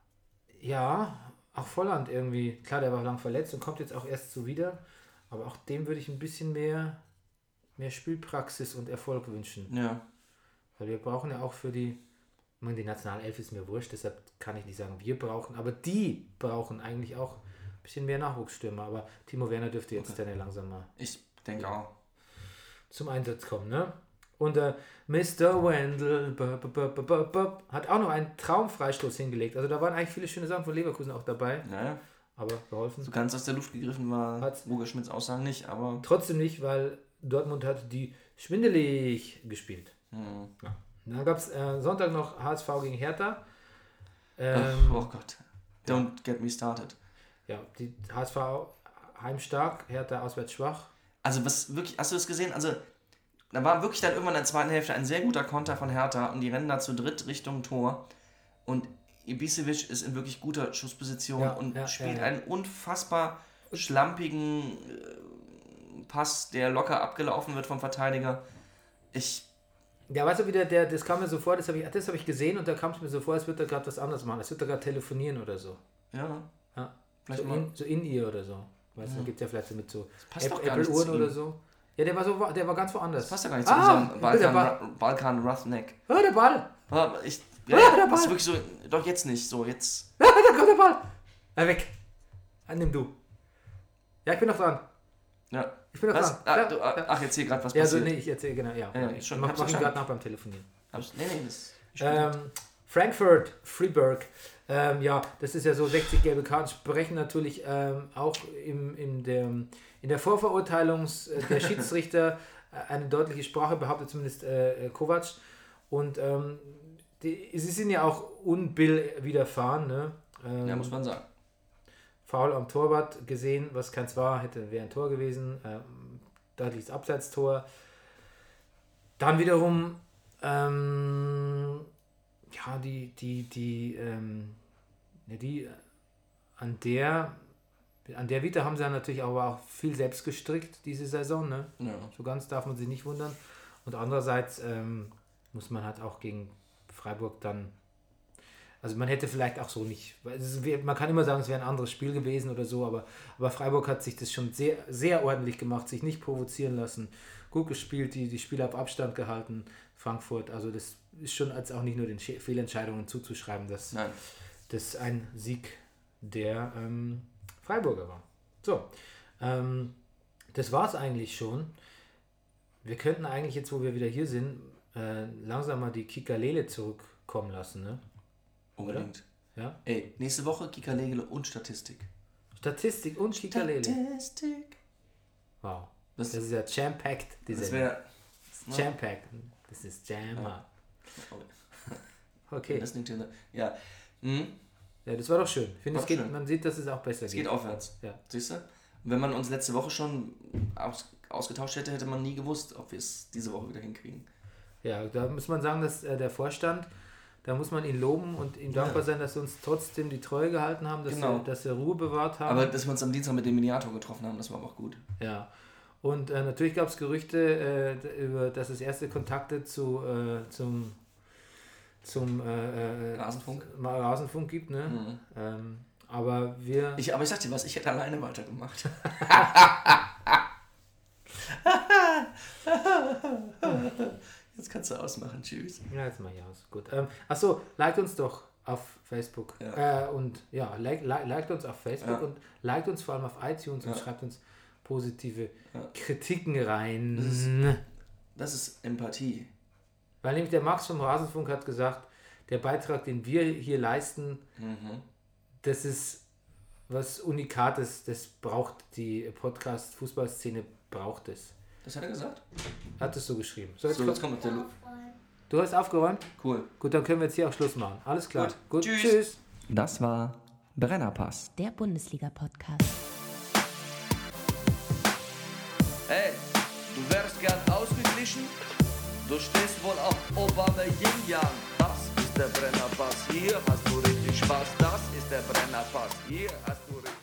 [SPEAKER 2] Ja, auch Volland irgendwie. Klar, der war lang verletzt und kommt jetzt auch erst so wieder. Aber auch dem würde ich ein bisschen mehr, mehr Spielpraxis und Erfolg wünschen.
[SPEAKER 1] Ja.
[SPEAKER 2] Weil wir brauchen ja auch für die, ich meine, die Nationalelf ist mir wurscht, deshalb kann ich nicht sagen, wir brauchen, aber die brauchen eigentlich auch ein bisschen mehr Nachwuchsstürmer. Aber Timo Werner dürfte jetzt okay. dann ja langsam mal
[SPEAKER 1] ich denke auch
[SPEAKER 2] zum Einsatz kommen, ne? Und äh, Mister Wendel b- b- b- b- b- hat auch noch einen Traumfreistoß hingelegt. Also da waren eigentlich viele schöne Sachen von Leverkusen auch dabei.
[SPEAKER 1] Naja.
[SPEAKER 2] Aber geholfen.
[SPEAKER 1] So ganz aus der Luft gegriffen war
[SPEAKER 2] Hat's
[SPEAKER 1] Roger Schmidts Aussagen nicht, aber...
[SPEAKER 2] Trotzdem nicht, weil Dortmund hat die schwindelig gespielt.
[SPEAKER 1] Mhm.
[SPEAKER 2] Ja. Dann gab es äh, Sonntag noch H S V gegen Hertha.
[SPEAKER 1] Ähm, oh, oh Gott. Don't ja. get me started.
[SPEAKER 2] Ja, die H S V heimstark, Hertha auswärts schwach.
[SPEAKER 1] Also was wirklich, hast du das gesehen? Also da war wirklich dann irgendwann in der zweiten Hälfte ein sehr guter Konter von Hertha und die rennen da zu dritt Richtung Tor und Ibisevic ist in wirklich guter Schussposition ja, und ja, spielt ja, ja. einen unfassbar schlampigen äh, Pass, der locker abgelaufen wird vom Verteidiger. Ich...
[SPEAKER 2] Ja, weißt du, wieder der, das kam mir so vor, das habe ich, das hab ich gesehen und da kam es mir so vor, als würde er gerade was anderes machen, als würde er gerade telefonieren oder so.
[SPEAKER 1] Ja.
[SPEAKER 2] ja. Vielleicht so, in, so in ihr oder so. Weißt du,
[SPEAKER 1] ja.
[SPEAKER 2] gibt ja vielleicht so mit so
[SPEAKER 1] Apple-Uhren
[SPEAKER 2] oder so. Ja, der war so, der war ganz woanders.
[SPEAKER 1] Das passt ja gar nicht
[SPEAKER 2] ah,
[SPEAKER 1] zu unserem Balkan, Balkan Roughneck.
[SPEAKER 2] Oh, der Ball.
[SPEAKER 1] Aber ich.
[SPEAKER 2] Ah,
[SPEAKER 1] Ja,
[SPEAKER 2] der
[SPEAKER 1] das ist
[SPEAKER 2] Ball.
[SPEAKER 1] wirklich so. Doch jetzt nicht. So, jetzt.
[SPEAKER 2] Ah, da kommt der Ball. Ah, weg. Ah, nimm du. Ja, ich bin noch dran.
[SPEAKER 1] Ja.
[SPEAKER 2] Ich bin noch
[SPEAKER 1] Was?
[SPEAKER 2] dran.
[SPEAKER 1] Ah,
[SPEAKER 2] Ja,
[SPEAKER 1] du, ah,
[SPEAKER 2] ja.
[SPEAKER 1] ach, erzähl gerade, was
[SPEAKER 2] Ja, so,
[SPEAKER 1] passiert.
[SPEAKER 2] nee, ich erzähle, genau, ja.
[SPEAKER 1] Ja, ja,
[SPEAKER 2] ich
[SPEAKER 1] schon,
[SPEAKER 2] mach,
[SPEAKER 1] hab's
[SPEAKER 2] mach ihn
[SPEAKER 1] verstanden.
[SPEAKER 2] gerade nach beim Telefonieren.
[SPEAKER 1] Hab's, nee, nee, das. Ich
[SPEAKER 2] Ähm, Frankfurt, Freiburg. Ähm, ja, das ist ja so, sechzig gelbe Karten sprechen natürlich ähm, auch im, in, der, in der Vorverurteilung äh, der Schiedsrichter äh, eine deutliche Sprache, behauptet zumindest äh, äh, Kovac. Und ähm, die, sie sind ja auch Unbill widerfahren. Ne? Ähm,
[SPEAKER 1] ja, muss man sagen.
[SPEAKER 2] Foul am Torwart gesehen, was keins war, hätte wäre ein Tor gewesen. Ähm, deutliches Abseitstor. Dann wiederum ähm, ja, die, die, die, ähm, ja, die an der an der Vita haben sie ja natürlich aber auch viel selbst gestrickt, diese Saison, ne?
[SPEAKER 1] Ja.
[SPEAKER 2] So ganz darf man sich nicht wundern. Und andererseits ähm, muss man halt auch gegen Freiburg dann, also man hätte vielleicht auch so nicht, es ist, man kann immer sagen, es wäre ein anderes Spiel gewesen oder so, aber, aber Freiburg hat sich das schon sehr, sehr ordentlich gemacht, sich nicht provozieren lassen, gut gespielt, die, die Spieler auf Abstand gehalten, Frankfurt, also das ist schon als auch nicht nur den Fehlentscheidungen zuzuschreiben, dass
[SPEAKER 1] Nein.
[SPEAKER 2] das ein Sieg der ähm, Freiburger war. So, ähm, das war es eigentlich schon. Wir könnten eigentlich jetzt, wo wir wieder hier sind, äh, langsam mal die Kikalele zurückkommen lassen, ne?
[SPEAKER 1] Unbedingt.
[SPEAKER 2] Ja?
[SPEAKER 1] Ey, nächste Woche Kikalegele und Statistik.
[SPEAKER 2] Statistik und Kikalele.
[SPEAKER 1] Statistik.
[SPEAKER 2] Wow.
[SPEAKER 1] Das,
[SPEAKER 2] Das ist ja jam-packed, diese
[SPEAKER 1] das wäre.
[SPEAKER 2] jam-packed. Das ist Jammer. Okay.
[SPEAKER 1] Das klingt ja. Hm,
[SPEAKER 2] Ja, das war doch schön. Ich finde,
[SPEAKER 1] War
[SPEAKER 2] es geht,
[SPEAKER 1] schön.
[SPEAKER 2] man sieht, dass es auch besser
[SPEAKER 1] es
[SPEAKER 2] geht.
[SPEAKER 1] geht aufwärts.
[SPEAKER 2] Ja.
[SPEAKER 1] Siehst du? Und wenn man uns letzte Woche schon aus, ausgetauscht hätte, hätte man nie gewusst, ob wir es diese Woche wieder hinkriegen.
[SPEAKER 2] Ja, da muss man sagen, dass äh, der Vorstand, da muss man ihn loben und ihm dankbar sein, dass sie uns trotzdem die Treue gehalten haben, dass,
[SPEAKER 1] Genau.
[SPEAKER 2] sie, dass sie Ruhe bewahrt haben.
[SPEAKER 1] Aber dass wir uns am Dienstag mit dem Mediator getroffen haben, das war aber auch gut.
[SPEAKER 2] Ja. Und äh, natürlich gab es Gerüchte, äh, über, dass es erste Kontakte zu, äh, zum, zum äh, äh,
[SPEAKER 1] Rasenfunk.
[SPEAKER 2] mal Rasenfunk gibt. Ne?
[SPEAKER 1] Mhm.
[SPEAKER 2] Ähm, aber wir...
[SPEAKER 1] Ich, aber ich sag dir was, ich hätte alleine weitergemacht. Jetzt kannst du ausmachen. Tschüss.
[SPEAKER 2] Ja, jetzt mach ich aus. Gut. Ähm, achso, liked uns doch auf Facebook.
[SPEAKER 1] Ja.
[SPEAKER 2] Äh, und ja, like, like, liked uns auf Facebook
[SPEAKER 1] Ja.
[SPEAKER 2] und liked uns vor allem auf iTunes und
[SPEAKER 1] Ja.
[SPEAKER 2] schreibt uns positive
[SPEAKER 1] Ja.
[SPEAKER 2] Kritiken rein.
[SPEAKER 1] Das ist- Das ist Empathie.
[SPEAKER 2] Weil nämlich der Max vom Rasenfunk hat gesagt, der Beitrag, den wir hier leisten,
[SPEAKER 1] Mhm.
[SPEAKER 2] das ist was Unikates, das braucht die Podcast-Fußballszene, braucht es.
[SPEAKER 1] Das hat er gesagt?
[SPEAKER 2] Hat es so geschrieben. So, jetzt
[SPEAKER 1] So, jetzt
[SPEAKER 2] kommt,
[SPEAKER 1] kommt noch der Lu
[SPEAKER 6] Aufräumen.
[SPEAKER 2] du hast aufgeräumt?
[SPEAKER 1] Cool.
[SPEAKER 2] Gut, dann können wir jetzt hier auch Schluss machen. Alles klar.
[SPEAKER 1] Gut.
[SPEAKER 2] Gut.
[SPEAKER 1] Tschüss.
[SPEAKER 2] Tschüss.
[SPEAKER 7] Das war Brennerpass.
[SPEAKER 8] Der Bundesliga-Podcast.
[SPEAKER 3] Hey, du wärst gern ausgeglichen? Du stehst wohl auf Obama Yin Yang. Das ist der Brennerpass. Hier hast du richtig Spaß. Das ist der Brennerpass. Hier hast du richtig